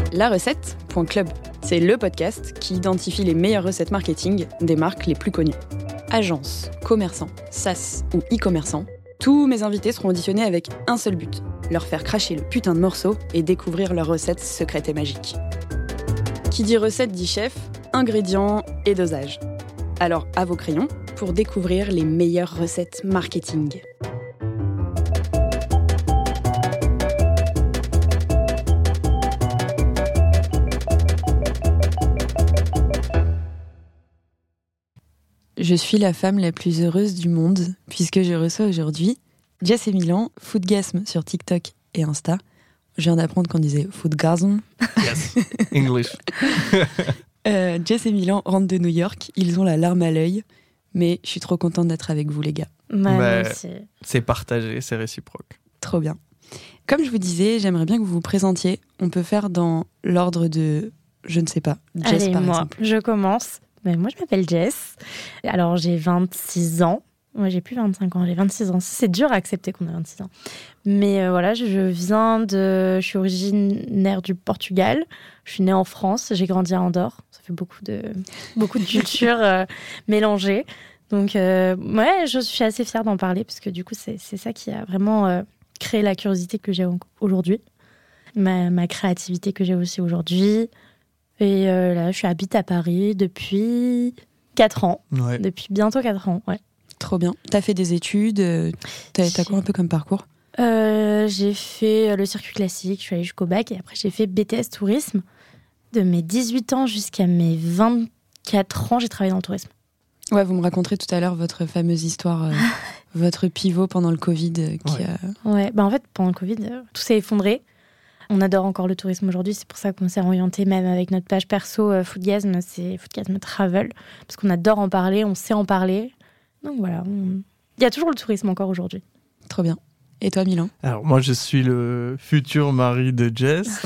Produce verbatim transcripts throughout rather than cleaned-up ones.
La recette point club, c'est le podcast qui identifie les meilleures recettes marketing des marques les plus connues. Agences, commerçants, SaaS ou e-commerçants, tous mes invités seront auditionnés avec un seul but, leur faire cracher le putain de morceau et découvrir leurs recettes secrètes et magiques. Qui dit recette dit chef, ingrédients et dosage. Alors à vos crayons pour découvrir les meilleures recettes marketing. Je suis la femme la plus heureuse du monde puisque je reçois aujourd'hui Jess et Milan, Foodgasm sur TikTok et Insta. Je viens d'apprendre qu'on disait Foodgasm. Yes, English. euh, Jess et Milan rentrent de New York, ils ont la larme à l'œil, mais je suis trop contente d'être avec vous les gars. Ouais, Mais c'est... c'est partagé, c'est réciproque. Trop bien. Comme je vous disais, j'aimerais bien que vous vous présentiez. On peut faire dans l'ordre de, je ne sais pas, Jess Allez, par moi, exemple. je commence. Ben, moi, je m'appelle Jess. Alors, j'ai vingt-six ans. Moi, j'ai plus vingt-cinq ans, j'ai vingt-six ans. C'est dur à accepter qu'on a vingt-six ans. Mais euh, voilà, je, je viens de... Je suis originaire du Portugal. Je suis née en France. J'ai grandi à Andorre. Ça fait beaucoup de, beaucoup de cultures euh, mélangées. Donc, euh, ouais, je suis assez fière d'en parler parce que du coup, c'est, c'est ça qui a vraiment euh, créé la curiosité que j'ai aujourd'hui. Ma, ma créativité que j'ai aussi aujourd'hui. Et euh, là, je suis habite à Paris depuis quatre ans. Ouais. Depuis bientôt quatre ans, ouais. Trop bien. T'as fait des études, euh, t'as, t'as quoi un peu comme parcours ? Euh, j'ai fait le circuit classique, je suis allée jusqu'au bac. Et après, j'ai fait B T S tourisme. De mes dix-huit ans jusqu'à mes vingt-quatre ans, j'ai travaillé dans le tourisme. Ouais, vous me raconterez tout à l'heure votre fameuse histoire, euh, votre pivot pendant le Covid. euh, qui Ouais. a... Ouais, bah en fait, pendant le Covid, euh, tout s'est effondré. On adore encore le tourisme aujourd'hui, c'est pour ça qu'on s'est orienté même avec notre page perso euh, Foodgasm, c'est Foodgasm Travel, parce qu'on adore en parler, on sait en parler. Donc voilà, on... il y a toujours le tourisme encore aujourd'hui. Trop bien. Et toi, Milan ? Alors, moi, je suis le futur mari de Jess.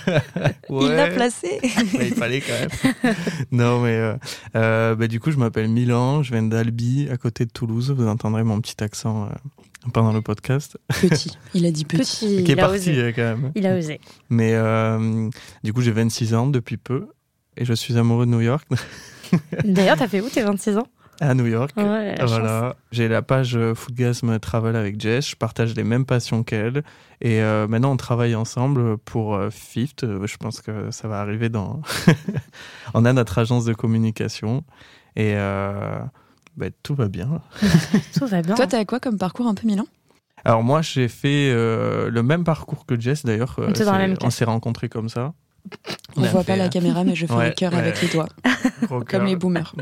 Il l'a placé. Mais il fallait quand même. Non, mais euh, euh, bah, du coup, je m'appelle Milan, je viens d'Albi, à côté de Toulouse. Vous entendrez mon petit accent euh, pendant le podcast. Petit. Il a dit petit. Petit, Qui est il a parti osé. euh, quand même. Il a osé. Mais euh, du coup, j'ai vingt-six ans depuis peu et je suis amoureux de New York. D'ailleurs, t'as fait où tes vingt-six ans ? À New York. Ouais, la Voilà. J'ai la page euh, Foodgasm Travel avec Jess. Je partage les mêmes passions qu'elle. Et euh, maintenant, on travaille ensemble pour euh, Fifth. Euh, Je pense que ça va arriver dans... On a notre agence de communication. Et euh, bah, tout va bien. Tout va bien. Toi, t'as quoi comme parcours un peu, Milan ? Alors moi, j'ai fait euh, le même parcours que Jess. D'ailleurs, euh, On était dans la c'est- même on classe. s'est rencontrés comme ça. On a voit fait, pas la euh, caméra, mais je fais ouais, le cœur ouais. avec les doigts, gros comme cœur. les boomers.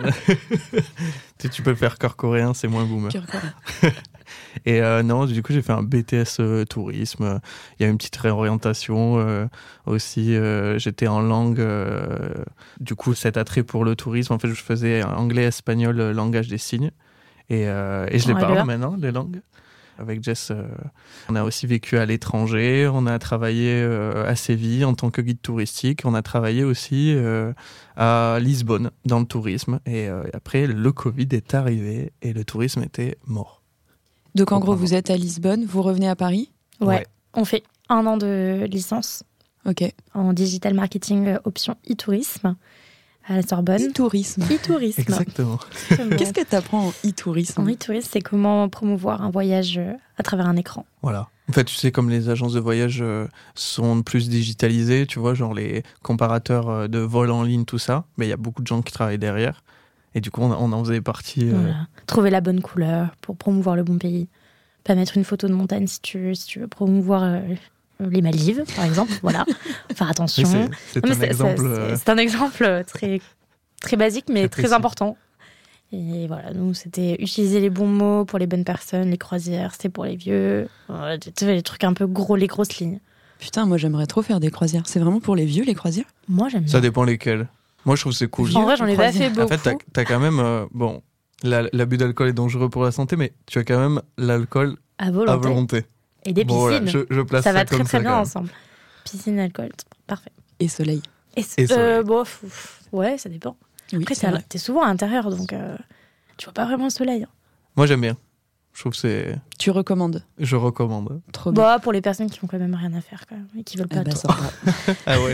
tu, tu peux faire corps coréen, c'est moins boomer. Cœur coréen. Et euh, non, du coup, j'ai fait un B T S euh, tourisme. Il y a une petite réorientation euh, aussi. Euh, j'étais en langue. Euh, du coup, cet attrait pour le tourisme, en fait, je faisais anglais, espagnol, euh, langage des signes. Et, euh, et je les Ouais, parle bien. maintenant, les langues. Avec Jess, euh, on a aussi vécu à l'étranger. On a travaillé euh, à Séville en tant que guide touristique. On a travaillé aussi euh, à Lisbonne dans le tourisme. Et euh, après, le Covid est arrivé et le tourisme était mort. Donc en gros, Comprends. vous êtes à Lisbonne, vous revenez à Paris ? Ouais. Ouais. On fait un an de licence Ok. en digital marketing euh, option e-tourisme à la Sorbonne. E-tourisme. E-tourisme. Exactement. Qu'est-ce que t'apprends en e-tourisme ? En e-tourisme, c'est comment promouvoir un voyage euh, à travers un écran. Voilà. En fait, tu sais, comme les agences de voyage euh, sont plus digitalisées, tu vois, genre les comparateurs euh, de vols en ligne, tout ça, mais il y a beaucoup de gens qui travaillent derrière. Et du coup, on, on en faisait partie. euh, Voilà. Trouver la bonne couleur pour promouvoir le bon pays. Pas mettre une photo de montagne si tu, si tu veux promouvoir euh, les Maldives, par exemple. Voilà. Faire attention. mais c'est, c'est Non, mais un c'est, exemple. c'est- euh, c'est un exemple très, très basique, mais Très très précis. important. Et voilà, nous, c'était utiliser les bons mots pour les bonnes personnes, les croisières, c'était pour les vieux. Voilà, tu sais, les trucs un peu gros, les grosses lignes. Putain, moi j'aimerais trop faire des croisières. C'est vraiment pour les vieux, les croisières ? Moi, j'aime Ça bien. dépend lesquels. Moi, je trouve que c'est cool. Vieux. En vrai, j'en ai pas croisières. fait beaucoup. En fait, t'as, t'as quand même. euh, bon, la- l'abus d'alcool est dangereux pour la santé, mais tu as quand même l'alcool à à volonté. volonté. Et des Bon, voilà, piscines. je, je place ça ça, va très comme très ça, bien quand même. ensemble. Piscine, alcool, parfait. Et soleil. Et, Et soleil. euh, bon, f- f- ouais, ça dépend. Oui, Après, c'est t'es, à- vrai. t'es souvent à l'intérieur, donc euh, tu vois pas vraiment le soleil. hein. Moi, j'aime bien. Je trouve que c'est. Tu recommandes. Je recommande. Trop bien. Bah, pour les personnes qui ont quand même rien à faire quand même, et qui veulent pas Ah bah, trop. sympa. Ah ouais.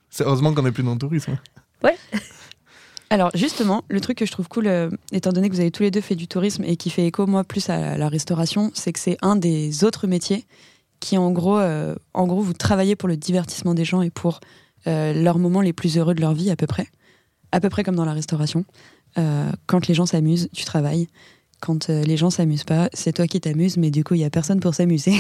C'est heureusement qu'on n'est plus dans le tourisme. Ouais. Alors justement, le truc que je trouve cool, euh, étant donné que vous avez tous les deux fait du tourisme et qui fait écho, moi, plus à la restauration, c'est que c'est un des autres métiers qui, en gros, euh, en gros vous travaillez pour le divertissement des gens et pour euh, leurs moments les plus heureux de leur vie, à peu près. À peu près comme dans la restauration. Euh, quand les gens s'amusent, tu travailles. Quand euh, les gens s'amusent pas, c'est toi qui t'amuses, mais du coup, il n'y a personne pour s'amuser.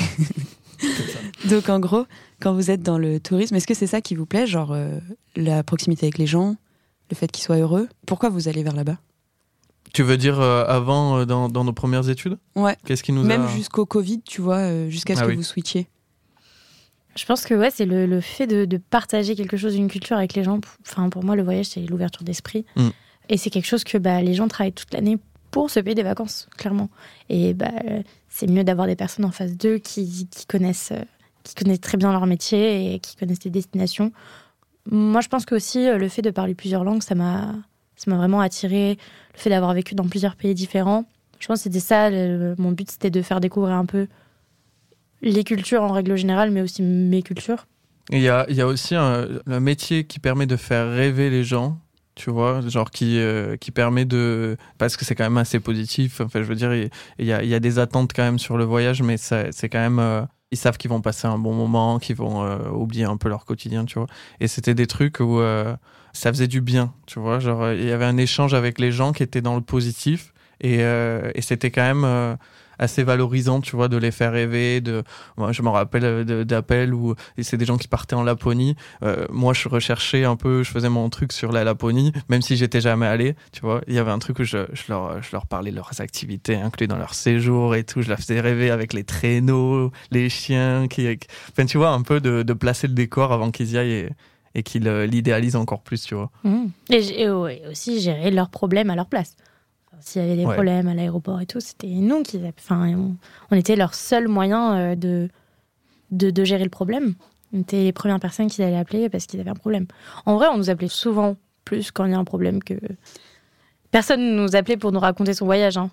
Donc en gros, quand vous êtes dans le tourisme, est-ce que c'est ça qui vous plaît, genre euh, la proximité avec les gens, le fait qu'ils soient heureux? Pourquoi vous allez vers là-bas? Tu veux dire euh, avant, euh, dans, dans nos premières études? Ouais. Qu'est-ce qui nous Même a... jusqu'au Covid, tu vois, euh, jusqu'à ce Ah que oui. vous switchiez. Je pense que ouais, c'est le, le fait de, de partager quelque chose, une culture avec les gens. Enfin, pour moi, le voyage, c'est l'ouverture d'esprit. Mm. Et c'est quelque chose que bah, les gens travaillent toute l'année pour se payer des vacances, clairement. Et bah, c'est mieux d'avoir des personnes en face d'eux qui, qui, connaissent, qui connaissent très bien leur métier et qui connaissent les destinations. Moi, je pense que aussi le fait de parler plusieurs langues, ça m'a, ça m'a vraiment attiré. Le fait d'avoir vécu dans plusieurs pays différents. Je pense que c'était ça, le, mon but, c'était de faire découvrir un peu les cultures en règle générale, mais aussi mes cultures. Il y a, il y a aussi un, un métier qui permet de faire rêver les gens, tu vois, genre qui, euh, qui permet de... Parce que c'est quand même assez positif, enfin je veux dire, il, il, y, a, il y a des attentes quand même sur le voyage, mais ça, c'est quand même... Euh, ils savent qu'ils vont passer un bon moment, qu'ils vont euh, oublier un peu leur quotidien, tu vois. Et c'était des trucs où euh, ça faisait du bien, tu vois, genre il y avait un échange avec les gens qui étaient dans le positif, et, euh, et c'était quand même... Euh, assez valorisant, tu vois, de les faire rêver. De... Moi, je me rappelle de, d'appels où c'est des gens qui partaient en Laponie. Euh, moi, je recherchais un peu, je faisais mon truc sur la Laponie, même si j'étais jamais allé, tu vois. Il y avait un truc où je, je, leur, je leur parlais de leurs activités incluses dans leur séjour et tout. Je leur faisais rêver avec les traîneaux, les chiens. Qui... Enfin, tu vois, un peu de, de placer le décor avant qu'ils y aillent et, et qu'ils l'idéalisent encore plus, tu vois. Mmh. Et, et ouais, aussi gérer leurs problèmes à leur place. S'il y avait des ouais. problèmes à l'aéroport et tout, c'était nous qui... Enfin, on, on était leur seul moyen de, de, de gérer le problème. On était les premières personnes qu'ils allaient appeler parce qu'ils avaient un problème. En vrai, on nous appelait souvent plus quand il y a un problème que... Personne ne nous appelait pour nous raconter son voyage. Hein.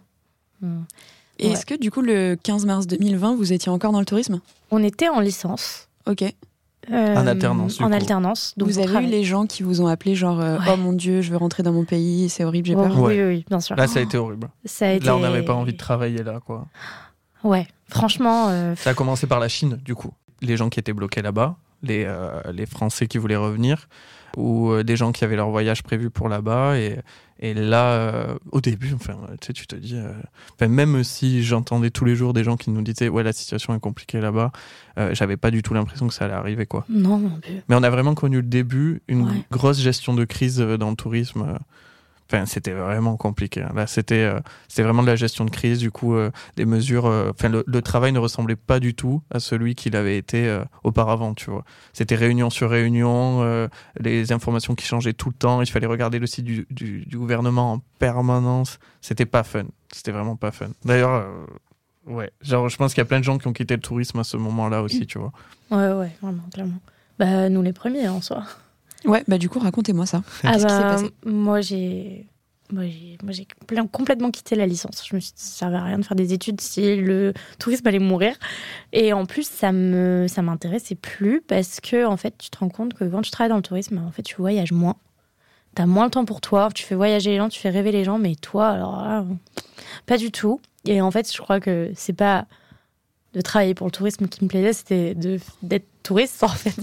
Et ouais. est-ce que du coup, le quinze mars deux mille vingt, vous étiez encore dans le tourisme? On était en licence. Ok. Euh, en alternance. En coup. alternance. Donc vous avez travaille. eu les gens qui vous ont appelé genre euh, ouais. oh mon Dieu, je veux rentrer dans mon pays, c'est horrible, j'ai oh, peur. Oui, ouais. oui, oui, bien sûr. Là, ça a été horrible. Ça a été... Là, on n'avait pas envie de travailler là, quoi. Ouais, franchement... Euh... Ça a commencé par la Chine, du coup. Les gens qui étaient bloqués là-bas, les, euh, les Français qui voulaient revenir, ou euh, des gens qui avaient leur voyage prévu pour là-bas. Et, et là, euh, au début, enfin, tu sais, tu te dis... Euh, enfin, même si j'entendais tous les jours des gens qui nous disaient « Ouais, la situation est compliquée là-bas euh, », j'avais pas du tout l'impression que ça allait arriver, quoi. Non, non plus. Mais on a vraiment connu le début, une ouais. grosse gestion de crise dans le tourisme. Enfin, c'était vraiment compliqué. Là, c'était, euh, c'était vraiment de la gestion de crise. Du coup, euh, des mesures. Euh, enfin, le, le travail ne ressemblait pas du tout à celui qu'il avait été euh, auparavant. Tu vois, c'était réunion sur réunion, euh, les informations qui changeaient tout le temps. Il fallait regarder le site du, du, du gouvernement en permanence. C'était pas fun. C'était vraiment pas fun. D'ailleurs, euh, ouais. Genre, je pense qu'il y a plein de gens qui ont quitté le tourisme à ce moment-là aussi. Tu vois. Ouais, ouais, vraiment, clairement. Bah, nous les premiers en soi. Ouais, bah du coup, racontez-moi ça. Ah Qu'est-ce bah, qui s'est passé? Moi, j'ai, moi, j'ai, moi, j'ai complètement quitté la licence. Je me suis dit, ça servait à rien de faire des études si le tourisme allait mourir. Et en plus, ça me, ça m'intéressait plus parce que, en fait, tu te rends compte que quand tu travailles dans le tourisme, en fait, tu voyages moins. T'as moins le temps pour toi. Tu fais voyager les gens, tu fais rêver les gens, mais toi, alors là, pas du tout. Et en fait, je crois que c'est pas de travailler pour le tourisme qui me plaisait, c'était de, d'être touriste, en fait.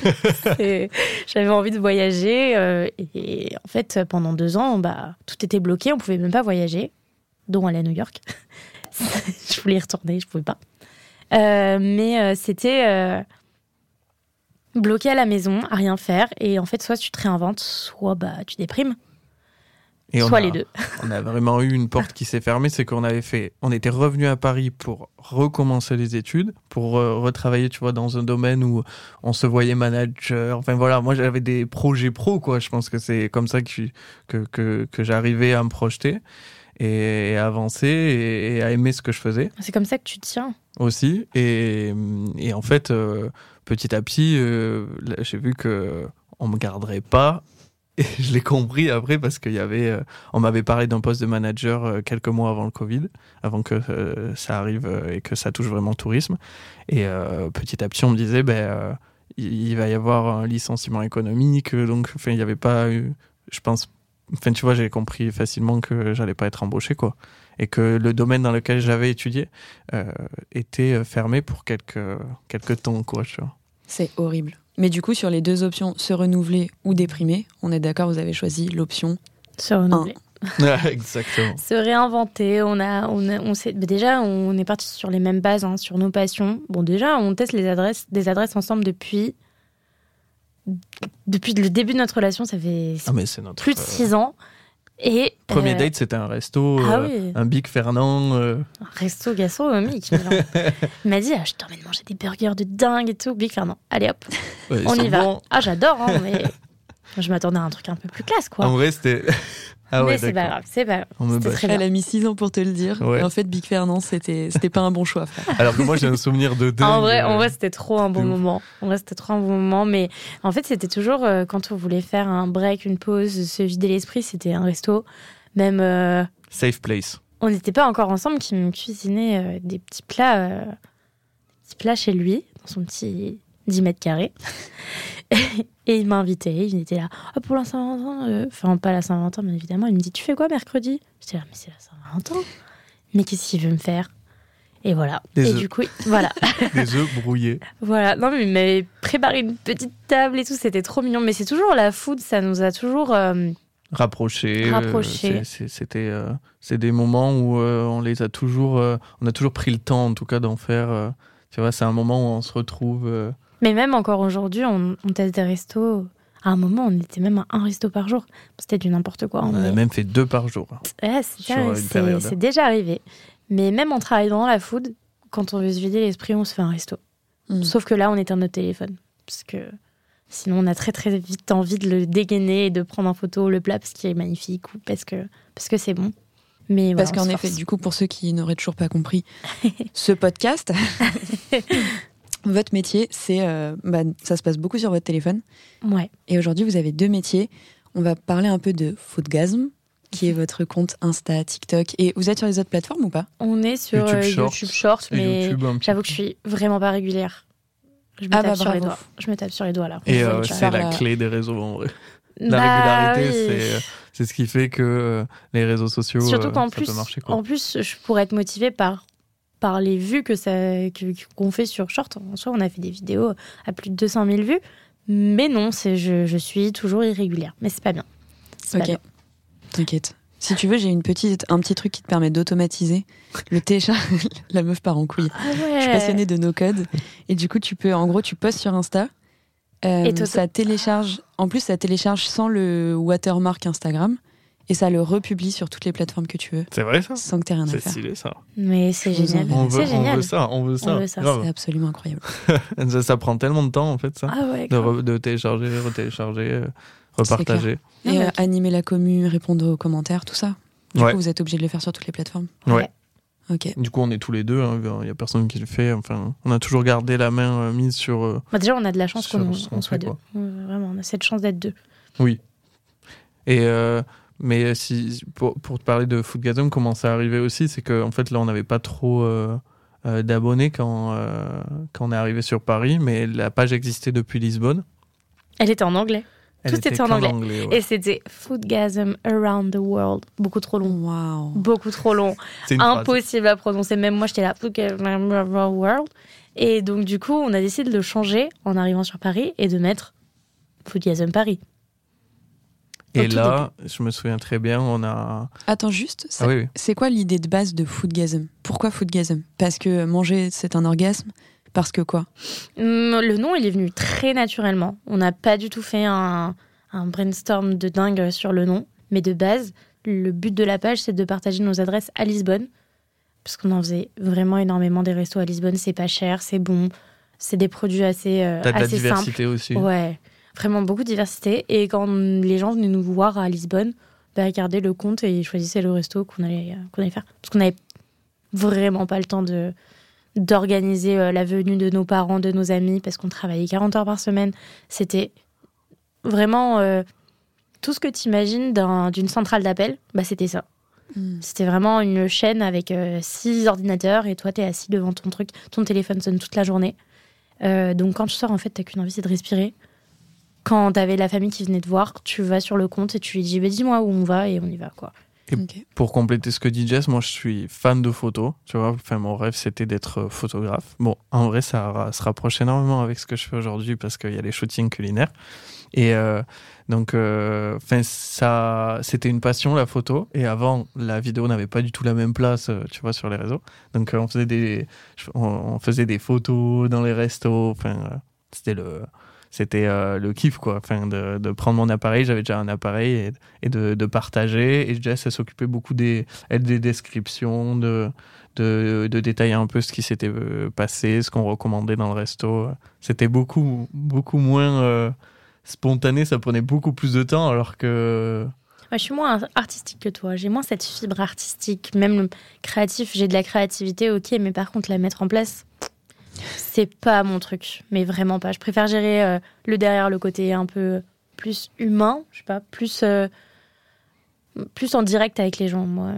Et j'avais envie de voyager. Euh, et, et en fait, pendant deux ans, bah, tout était bloqué. On pouvait même pas voyager, dont aller à New York. Je voulais y retourner, je pouvais pas. Euh, mais euh, c'était euh, bloqué à la maison, à rien faire. Et en fait, soit tu te réinventes, soit bah, tu déprimes. Et soit on a, les deux. On a vraiment eu une porte qui s'est fermée, c'est qu'on avait fait, on était revenu à Paris pour recommencer les études, pour euh, retravailler, tu vois, dans un domaine où on se voyait manager. Enfin voilà, moi j'avais des projets pro, quoi. Je pense que c'est comme ça que que que, que j'arrivais à me projeter et, et à avancer et, et à aimer ce que je faisais. C'est comme ça que tu tiens. Aussi, et, et en fait, euh, petit à petit, euh, j'ai vu que on me garderait pas. Et je l'ai compris après parce qu'il y avait, euh, on m'avait parlé d'un poste de manager euh, quelques mois avant le Covid, avant que euh, ça arrive euh, et que ça touche vraiment le tourisme. Et euh, petit à petit, on me disait, ben, euh, il va y avoir un licenciement économique, donc enfin, il n'y avait pas eu, je pense, enfin, tu vois, j'ai compris facilement que j'allais pas être embauché, quoi. Et que le domaine dans lequel j'avais étudié euh, était fermé pour quelques, quelques temps, quoi, tu vois. C'est horrible. Mais du coup, sur les deux options, se renouveler ou déprimer, on est d'accord, vous avez choisi l'option se renouveler. Exactement. Se réinventer. On a, on a, on sait, déjà, on est parti sur les mêmes bases, hein, sur nos passions. Bon, déjà, on teste les adresses, des adresses ensemble depuis, depuis le début de notre relation. Ça fait ah, mais c'est notre, plus de six ans. Et premier euh... date, c'était un resto, ah, euh, oui. un Big Fernand. Euh... Un resto gastronomique. Il m'a dit, ah, je t'emmène manger des burgers de dingue et tout. Big Fernand. Allez hop, ouais, on y va. Bons. Ah, j'adore, hein, mais je m'attendais à un truc un peu plus classe, quoi. En vrai, c'était... Ah ouais, mais c'est pas grave, c'est pas grave. Très Elle a mis six ans pour te le dire. Ouais. Et en fait, Big Fernand, c'était, c'était pas un bon choix, frère. Alors que moi, j'ai un souvenir de dingue. En vrai, en vrai, c'était trop un bon moment. En vrai, c'était trop un bon moment. Mais en fait, c'était toujours, euh, quand on voulait faire un break, une pause, se vider l'esprit, c'était un resto. Même... Euh, safe place. On n'était pas encore ensemble, qui me cuisinait euh, des petits plats, euh, des petits plats chez lui, dans son petit dix mètres carrés. Et il m'a invité, il était là, oh, pour la Saint-Valentin, euh... enfin pas la Saint-Valentin, mais évidemment, il me dit, tu fais quoi mercredi ? J'étais là, mais c'est la Saint-Valentin. Mais qu'est-ce qu'il veut me faire ? Et voilà. Des et œufs. du coup, voilà. Des œufs brouillés. Voilà. Non, mais il m'avait préparé une petite table et tout, c'était trop mignon. Mais c'est toujours la food, ça nous a toujours euh... rapprochés. Rapprochés. Euh, c'est, c'est, c'était, euh, c'est des moments où euh, on les a toujours, euh, on a toujours pris le temps, en tout cas, d'en faire. Euh, tu vois, c'est un moment où on se retrouve. Euh... Mais même encore aujourd'hui, on, on teste des restos. À un moment, on était même à un resto par jour. C'était du n'importe quoi. On, on a est... même fait deux par jour. Ouais, c'est, ça, c'est, c'est déjà arrivé. Mais même en travaillant dans la food, quand on veut se vider l'esprit, on se fait un resto. Mmh. Sauf que là, on éteint notre téléphone. Parce que sinon, on a très très vite envie de le dégainer et de prendre en photo le plat parce qu'il est magnifique ou parce que, parce que c'est bon. Mais parce voilà, qu'en effet, du coup, pour ceux qui n'auraient toujours pas compris, ce podcast... Votre métier, c'est, euh, bah, ça se passe beaucoup sur votre téléphone. Ouais. Et aujourd'hui, vous avez deux métiers. On va parler un peu de Foodgasm, qui est votre compte Insta, TikTok. Et vous êtes sur les autres plateformes ou pas ? On est sur YouTube, euh, Shorts, YouTube Shorts, mais YouTube, j'avoue que je suis vraiment pas régulière. Je me, ah tape bah, sur les doigts. je me tape sur les doigts là. Et euh, c'est la clé des réseaux en vrai. La bah, régularité, oui. c'est, c'est ce qui fait que les réseaux sociaux, surtout qu'en euh, ça plus, peut marcher. Quoi. En plus, je pourrais être motivée par... par les vues que ça, que, qu'on fait sur Short. En soi, on a fait des vidéos à plus de deux cent mille vues. Mais non, c'est, je, je suis toujours irrégulière. Mais c'est pas bien. C'est ok. Pas bien. T'inquiète. Si tu veux, j'ai une petite, un petit truc qui te permet d'automatiser le téléchargement. La meuf part en couille. Ah ouais. Je suis passionnée de no-code. Et du coup, tu peux, en gros, tu postes sur Insta. Euh, et ça télécharge. En plus, ça télécharge sans le watermark Instagram. Et ça le republie sur toutes les plateformes que tu veux. C'est vrai ça ? Sans que t'aies rien c'est à faire. C'est stylé ça. Mais c'est génial. On veut, c'est génial. On veut ça, on veut ça. On veut ça. C'est absolument incroyable. ça, ça prend tellement de temps en fait ça. Ah ouais, de, re, de télécharger, retélécharger, euh, repartager. Et euh, animer la commu, répondre aux commentaires, tout ça. Du ouais. coup, vous êtes obligé de le faire sur toutes les plateformes. Ouais. ouais. Ok. Du coup, on est tous les deux. Il hein, y a personne qui le fait. Enfin, on a toujours gardé la main euh, mise sur. Euh, bah déjà, on a de la chance qu'on on soit deux. Euh, vraiment, on a cette chance d'être deux. Oui. Et euh, mais si pour, pour te parler de Foodgasm, comment ça arrivait aussi, c'est que en fait là, on n'avait pas trop euh, euh, d'abonnés quand euh, quand on est arrivé sur Paris, mais la page existait depuis Lisbonne. Elle était en anglais. Elle Tout était, était en anglais. anglais ouais. Et c'était Foodgasm Around the World. Beaucoup trop long. Wow. Beaucoup trop long. Impossible phrase. à prononcer. Même moi, j'étais là. Foodgasm Around the World. Et donc, du coup, on a décidé de le changer en arrivant sur Paris et de mettre Foodgasm Paris. Et là, début. je me souviens très bien, on a... Attends, juste, ça, ah, oui, oui. c'est quoi l'idée de base de Foodgasm ? Pourquoi Foodgasm ? Parce que manger, c'est un orgasme ? Parce que quoi ? Le nom, il est venu très naturellement. On n'a pas du tout fait un, un brainstorm de dingue sur le nom. Mais de base, le but de la page, c'est de partager nos adresses à Lisbonne. Parce qu'on en faisait vraiment énormément des restos à Lisbonne. C'est pas cher, c'est bon. C'est des produits assez, euh, T'as de assez la diversité simples. Aussi. Ouais, vraiment beaucoup de diversité. Et quand les gens venaient nous voir à Lisbonne, bah, regardaient le compte et choisissaient le resto qu'on allait, euh, qu'on allait faire. Parce qu'on n'avait vraiment pas le temps de... d'organiser euh, la venue de nos parents, de nos amis, parce qu'on travaillait quarante heures par semaine. C'était vraiment euh, tout ce que tu imagines d'un, d'une centrale d'appel, bah, c'était ça. Mm. C'était vraiment une chaîne avec euh, six ordinateurs et toi, t'es assis devant ton truc, ton téléphone sonne toute la journée. Euh, donc quand tu sors, en fait, t'as qu'une envie, c'est de respirer. Quand t'avais la famille qui venait te voir, tu vas sur le compte et tu lui dis bah, dis-moi où on va et on y va, quoi. Et okay. Pour compléter ce que dit Jess, moi je suis fan de photos, tu vois. Enfin, mon rêve c'était d'être photographe. Bon, en vrai, ça se rapproche énormément avec ce que je fais aujourd'hui parce qu'il y a les shootings culinaires. Et euh, donc, euh, ça, c'était une passion la photo. Et avant, la vidéo n'avait pas du tout la même place, tu vois, sur les réseaux. Donc, on faisait des, on faisait des photos dans les restos. Enfin, c'était le. C'était euh, le kiff, quoi. Enfin, de, de prendre mon appareil, j'avais déjà un appareil, et, et de, de partager. Et Jess, elle s'occupait beaucoup des, des descriptions, de, de, de détailler un peu ce qui s'était passé, ce qu'on recommandait dans le resto. C'était beaucoup, beaucoup moins euh, spontané, ça prenait beaucoup plus de temps, alors que... Moi, je suis moins artistique que toi. J'ai moins cette fibre artistique. Même créatif, j'ai de la créativité, ok, mais par contre, la mettre en place... C'est pas mon truc, mais vraiment pas. Je préfère gérer euh, le derrière, le côté un peu plus humain, je sais pas, plus, euh, plus en direct avec les gens, moi.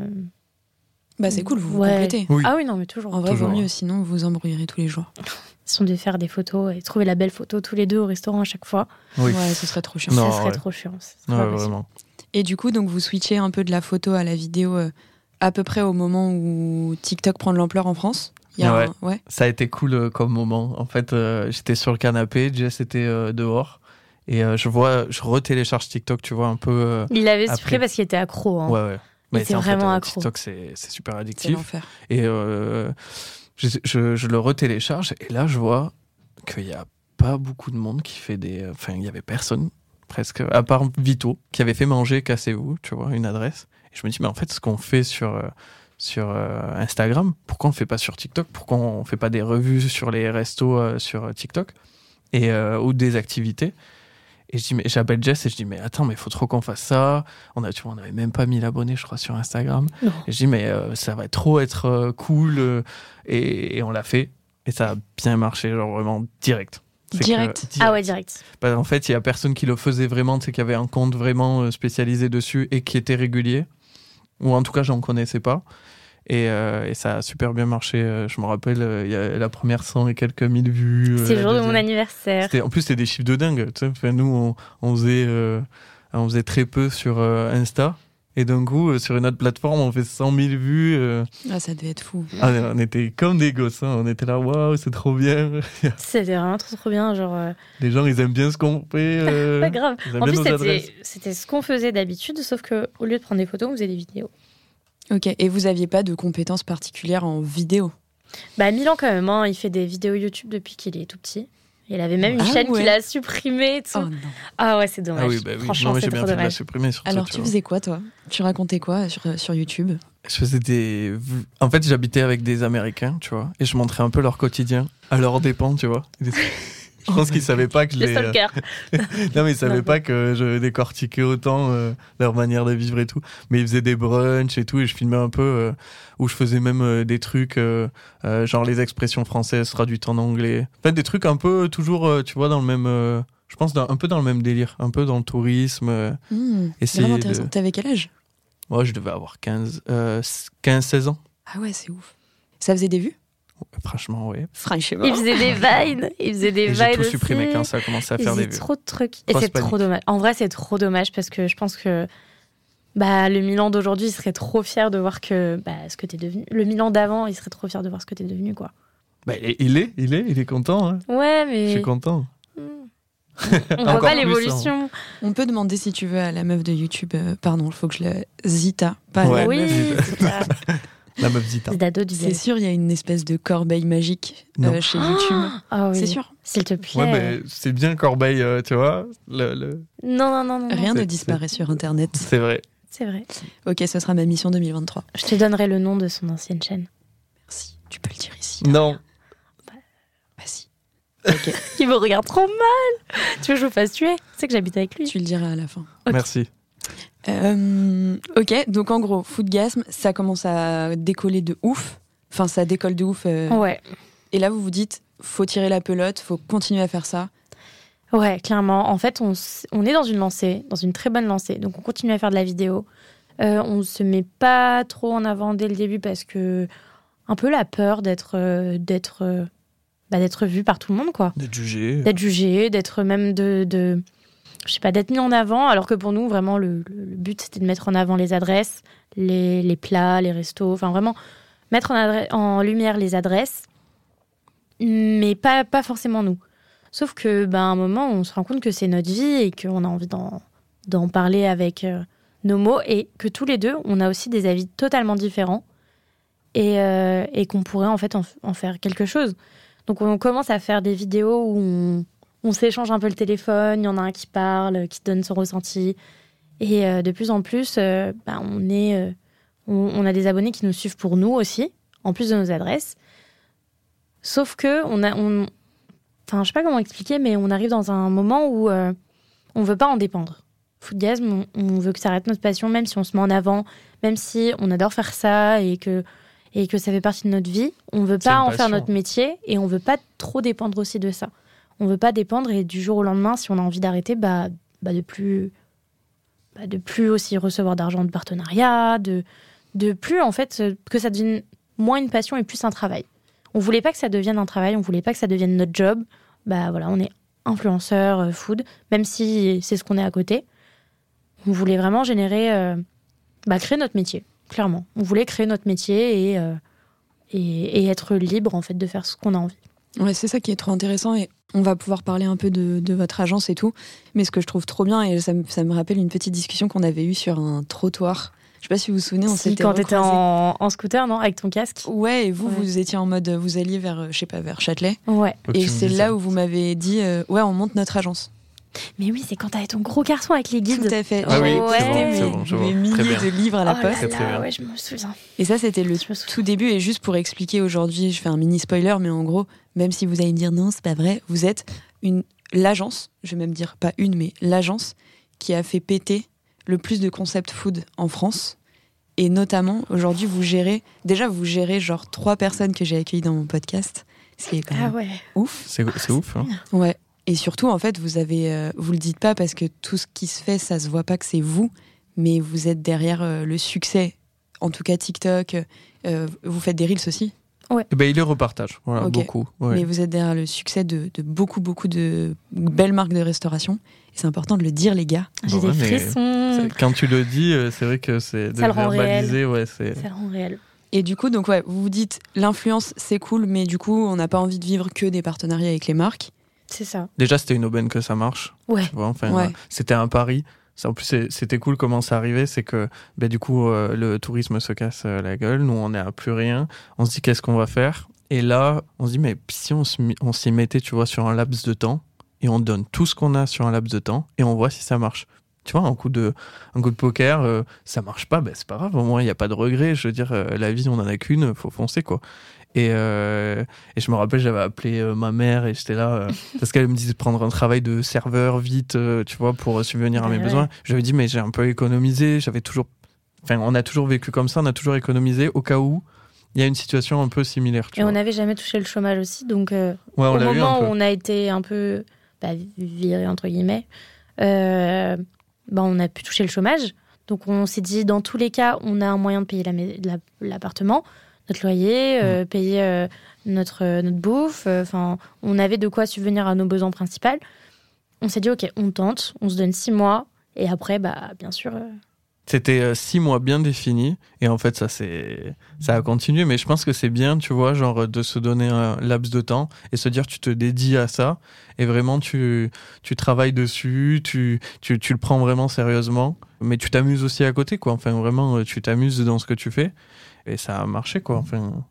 Bah c'est cool, vous vous ouais. complétez. Oui. Ah oui, non, mais toujours. En vrai, toujours. vaut mieux, sinon vous vous embrouillerez tous les jours. Ils sont de faire des photos et trouver la belle photo tous les deux au restaurant à chaque fois. Oui. Ouais, ce serait trop chiant. Non, ça serait ouais. trop chiant. Ouais, pas vraiment. Et du coup, donc vous switchez un peu de la photo à la vidéo euh, à peu près au moment où TikTok prend de l'ampleur en France. Il y a ouais. un... ouais. Ça a été cool euh, comme moment. En fait, euh, j'étais sur le canapé, Jess était euh, dehors. Et euh, je vois, je retélécharge TikTok, tu vois, un peu. Euh, il l'avait après. supprimé parce qu'il était accro. Hein. Ouais, ouais. Mais c'est vraiment en fait, accro. TikTok, c'est, c'est super addictif. C'est l'enfer. Et euh, je, je, je le retélécharge. Et là, je vois qu'il n'y a pas beaucoup de monde qui fait des. Enfin, il n'y avait personne, presque, à part Vito, qui avait fait manger Cassez-vous, tu vois, une adresse. Et je me dis, mais en fait, ce qu'on fait sur. Euh, sur euh, Instagram, pourquoi on ne fait pas sur TikTok, pourquoi on ne fait pas des revues sur les restos euh, sur TikTok et, euh, ou des activités. Et je dis, mais, j'appelle Jess et je dis mais attends, mais il faut trop qu'on fasse ça. On a, tu vois, on n'avait même pas mille abonnés je crois sur Instagram. Non. Et je dis mais euh, ça va trop être euh, cool euh, et, et on l'a fait et ça a bien marché, genre vraiment direct. Direct. Que, direct. Ah ouais, direct. Bah, en fait, il n'y a personne qui le faisait vraiment, tu sais, qui avait un compte vraiment spécialisé dessus et qui était régulier. Ou en tout cas, j'en connaissais pas. Et, euh, et ça a super bien marché. Je me rappelle, il y a la première cent et quelques mille vues. C'est euh, le jour de deuxième. mon anniversaire. C'était, en plus, c'était des chiffres de dingue. Tu sais. Enfin, nous, on, on, faisait, euh, on faisait très peu sur euh, Insta. Et d'un coup, euh, sur une autre plateforme, on fait cent mille vues. Euh... Ah, ça devait être fou. Ah, on était comme des gosses. Hein. On était là, waouh, c'est trop bien. C'était vraiment trop, trop bien. Genre, euh... Les gens, ils aiment bien ce qu'on fait. Euh... Pas grave. Ils aiment en bien plus, nos c'était, adresses. c'était ce qu'on faisait d'habitude, sauf qu'au lieu de prendre des photos, on faisait des vidéos. Ok, et vous aviez pas de compétences particulières en vidéo? Bah, Milan, quand même, hein, il fait des vidéos YouTube depuis qu'il est tout petit. Il avait même une Ah chaîne ouais. qu'il a supprimée et tout. Oh non. Ah ouais, c'est dommage. Ah oui, bah oui. Franchement, Non, mais c'est j'ai bien trop fait de la dommage. supprimer. Surtout, Alors, tu tu vois. faisais quoi, toi? Tu racontais quoi sur, sur YouTube? Je faisais des. En fait, j'habitais avec des Américains, tu vois, et je montrais un peu leur quotidien à leurs dépens, tu vois. Je pense qu'ils savaient pas que je Le les. stalker. Non, mais ils savaient Non. pas que je décortiquais autant euh, leur manière de vivre et tout. Mais ils faisaient des brunchs et tout, et je filmais un peu euh, où je faisais même euh, des trucs euh, euh, genre les expressions françaises traduites en anglais. En fait, des trucs un peu toujours, euh, tu vois, dans le même. Euh, je pense dans, un peu dans le même délire, un peu dans le tourisme. Euh, Mmh, essayer vraiment intéressant. de- T'avais quel âge? Moi, je devais avoir quinze, euh, quinze seize ans. Ah ouais, c'est ouf. Ça faisait des vues? Franchement, oui. Franchement. Il faisait des vines. Il faisait des Et vines j'ai tout aussi. supprimé quand ça a commencé à Il faire des faisait vues. trop de trucs. Et Grosse c'est trop panique. dommage. En vrai, c'est trop dommage parce que je pense que bah, le Milan d'aujourd'hui, il serait trop fier de voir que bah, ce que t'es devenu. Le Milan d'avant, il serait trop fier de voir ce que t'es devenu, quoi. Bah, il est, il est, il est, il est content. Hein. Ouais, Je mais suis content. on voit Encore pas plus, l'évolution. On peut demander si tu veux à la meuf de YouTube. euh, pardon, il faut que je le. Zita, pas Ouais. la Oui, meuf. c'est ça. La meuf Zita. C'est d'ado du C'est sûr, il y a une espèce de corbeille magique Non. euh, chez YouTube. Ah oui. C'est sûr. S'il te plaît. Ouais, mais c'est bien Corbeil, euh, tu vois. Le, le... Non, non, non, non. non. Rien ne c'est- disparaît sur Internet. C'est vrai. C'est vrai. Ok, ce sera ma mission deux mille vingt-trois. Je te donnerai le nom de son ancienne chaîne. Merci. Tu peux le dire ici. Non. Vas-y. Ok, Il me regarde trop mal. Tu veux que je me fasse tuer? Tu sais que j'habite avec lui. tu le diras à la fin. Ok. Merci. Euh, ok, donc en gros, Foodgasm, ça commence à décoller de ouf. Enfin, ça décolle de ouf. euh, Ouais. Et là, vous vous dites, faut tirer la pelote, faut continuer à faire ça. Ouais, clairement. En fait, on, s- on est dans une lancée, dans une très bonne lancée. Donc, on continue à faire de la vidéo. Euh, on se met pas trop en avant dès le début parce que un peu la peur d'être, euh, d'être, euh, bah, d'être vu par tout le monde, quoi. D'être jugé. D'être jugé, d'être même de, de, je sais pas, d'être mis en avant, alors que pour nous, vraiment, le, le, le but, c'était de mettre en avant les adresses, les, les plats, les restos, enfin vraiment, mettre en, adresse, en lumière les adresses, mais pas, pas forcément nous. Sauf que, bah, à un moment, on se rend compte que c'est notre vie et qu'on a envie d'en, d'en parler avec euh, nos mots, et que tous les deux, on a aussi des avis totalement différents, et, euh, et qu'on pourrait en fait en, en faire quelque chose. Donc on commence à faire des vidéos où on, on s'échange un peu le téléphone, il y en a un qui parle, qui donne son ressenti, et euh, de plus en plus, euh, bah, on, est, euh, on, on a des abonnés qui nous suivent pour nous aussi, en plus de nos adresses. Sauf que on a, on, enfin je sais pas comment expliquer, mais on arrive dans un moment où euh, on veut pas en dépendre. Foodgasm, on, on veut que ça reste notre passion, même si on se met en avant, même si on adore faire ça et que et que ça fait partie de notre vie, on veut pas en faire notre métier, et on veut pas trop dépendre aussi de ça. On veut pas dépendre, et du jour au lendemain, si on a envie d'arrêter, bah, bah de plus, bah de plus aussi recevoir d'argent de partenariat, de, de plus en fait que ça devienne moins une passion et plus un travail. On voulait pas que ça devienne un travail, on voulait pas que ça devienne notre job. Bah voilà, on est influenceur euh, food, même si c'est ce qu'on est à côté. On voulait vraiment générer, euh, bah créer notre métier. Clairement, on voulait créer notre métier et, euh, et, et être libre en fait de faire ce qu'on a envie. Ouais, c'est ça qui est trop intéressant, et on va pouvoir parler un peu de, de votre agence et tout. Mais ce que je trouve trop bien, et ça me, ça me rappelle une petite discussion qu'on avait eue sur un trottoir. Je sais pas si vous vous souvenez, on si, s'était quand t'étais en, en scooter, non, avec ton casque. Ouais, et vous, ouais. vous étiez en mode, vous alliez vers, je sais pas, vers Châtelet. Ouais. Et c'est là ça. Où vous m'avez dit, euh, ouais, on monte notre agence. Mais oui, c'est quand t'avais ton gros carton avec les guides. Tout à fait. Ah oui, ouais. c'est bon, c'est bon, je vois. Mes milliers de livres à la oh poste. Là là, ouais, je me souviens. Et ça, c'était le tout début. Et juste pour expliquer aujourd'hui, je fais un mini spoiler, mais en gros, même si vous allez me dire non, c'est pas vrai, vous êtes une l'agence, je vais même dire pas une, mais l'agence qui a fait péter le plus de concept food en France. Et notamment, aujourd'hui, vous gérez, déjà, vous gérez genre trois personnes que j'ai accueillies dans mon podcast. C'est quand même ah ouais. ouf. C'est, c'est ouf. Hein. Ouais. Et surtout, en fait, vous avez, euh, vous le dites pas parce que tout ce qui se fait, ça se voit pas que c'est vous, mais vous êtes derrière euh, le succès. En tout cas, TikTok, euh, vous faites des reels aussi. Ouais. Et ben, il les repartage, voilà, okay. beaucoup. Ouais. Mais vous êtes derrière le succès de, de beaucoup, beaucoup de belles marques de restauration. Et c'est important de le dire, les gars. J'ai bon, des ouais, frissons. Quand tu le dis, c'est vrai que c'est de ça le verbaliser, ouais, c'est. Ça le rend réel. Et du coup, donc ouais, vous vous dites l'influence, c'est cool, mais du coup, on n'a pas envie de vivre que des partenariats avec les marques. C'est ça. Déjà, c'était une aubaine que ça marche. Ouais. Tu vois, enfin, ouais. euh, c'était un pari. Ça, en plus, c'était cool comment ça arrivait. C'est que, ben, du coup, euh, le tourisme se casse euh, la gueule. Nous, on n'est à plus rien. On se dit, qu'est-ce qu'on va faire ? Et là, on se dit, mais si on, se, on s'y mettait, tu vois, sur un laps de temps, et on donne tout ce qu'on a sur un laps de temps, et on voit si ça marche. Tu vois, un coup de, un coup de poker, euh, ça marche pas, ben, c'est pas grave. Au moins, il n'y a pas de regret. Je veux dire, euh, la vie, on en a qu'une, faut foncer, quoi. Et, euh, et je me rappelle, j'avais appelé euh, ma mère et j'étais là euh, parce qu'elle me disait de prendre un travail de serveur vite, euh, tu vois, pour subvenir à mes ouais. besoins. Je lui avais dit, mais j'ai un peu économisé. J'avais toujours, enfin, on a toujours vécu comme ça, on a toujours économisé au cas où il y a une situation un peu similaire. Tu et vois. on n'avait jamais touché le chômage aussi, donc euh, ouais, on au l'a moment eu un peu. où on a été un peu bah, viré entre guillemets, euh, bah, on a pu toucher le chômage. Donc on s'est dit, dans tous les cas, on a un moyen de payer la, la, l'appartement. Notre loyer, euh, mmh. payer euh, notre, euh, notre bouffe. Enfin, euh, on avait de quoi subvenir à nos besoins principaux. On s'est dit, OK, on tente, on se donne six mois. Et après, bah, bien sûr... Euh... C'était euh, six mois bien définis. Et en fait, ça, c'est... ça a continué. Mais je pense que c'est bien, tu vois, genre de se donner un laps de temps et se dire, tu te dédies à ça. Et vraiment, tu, tu travailles dessus, tu, tu, tu le prends vraiment sérieusement. Mais tu t'amuses aussi à côté, quoi. Enfin, vraiment, tu t'amuses dans ce que tu fais. Et ça a marché, quoi. Enfin...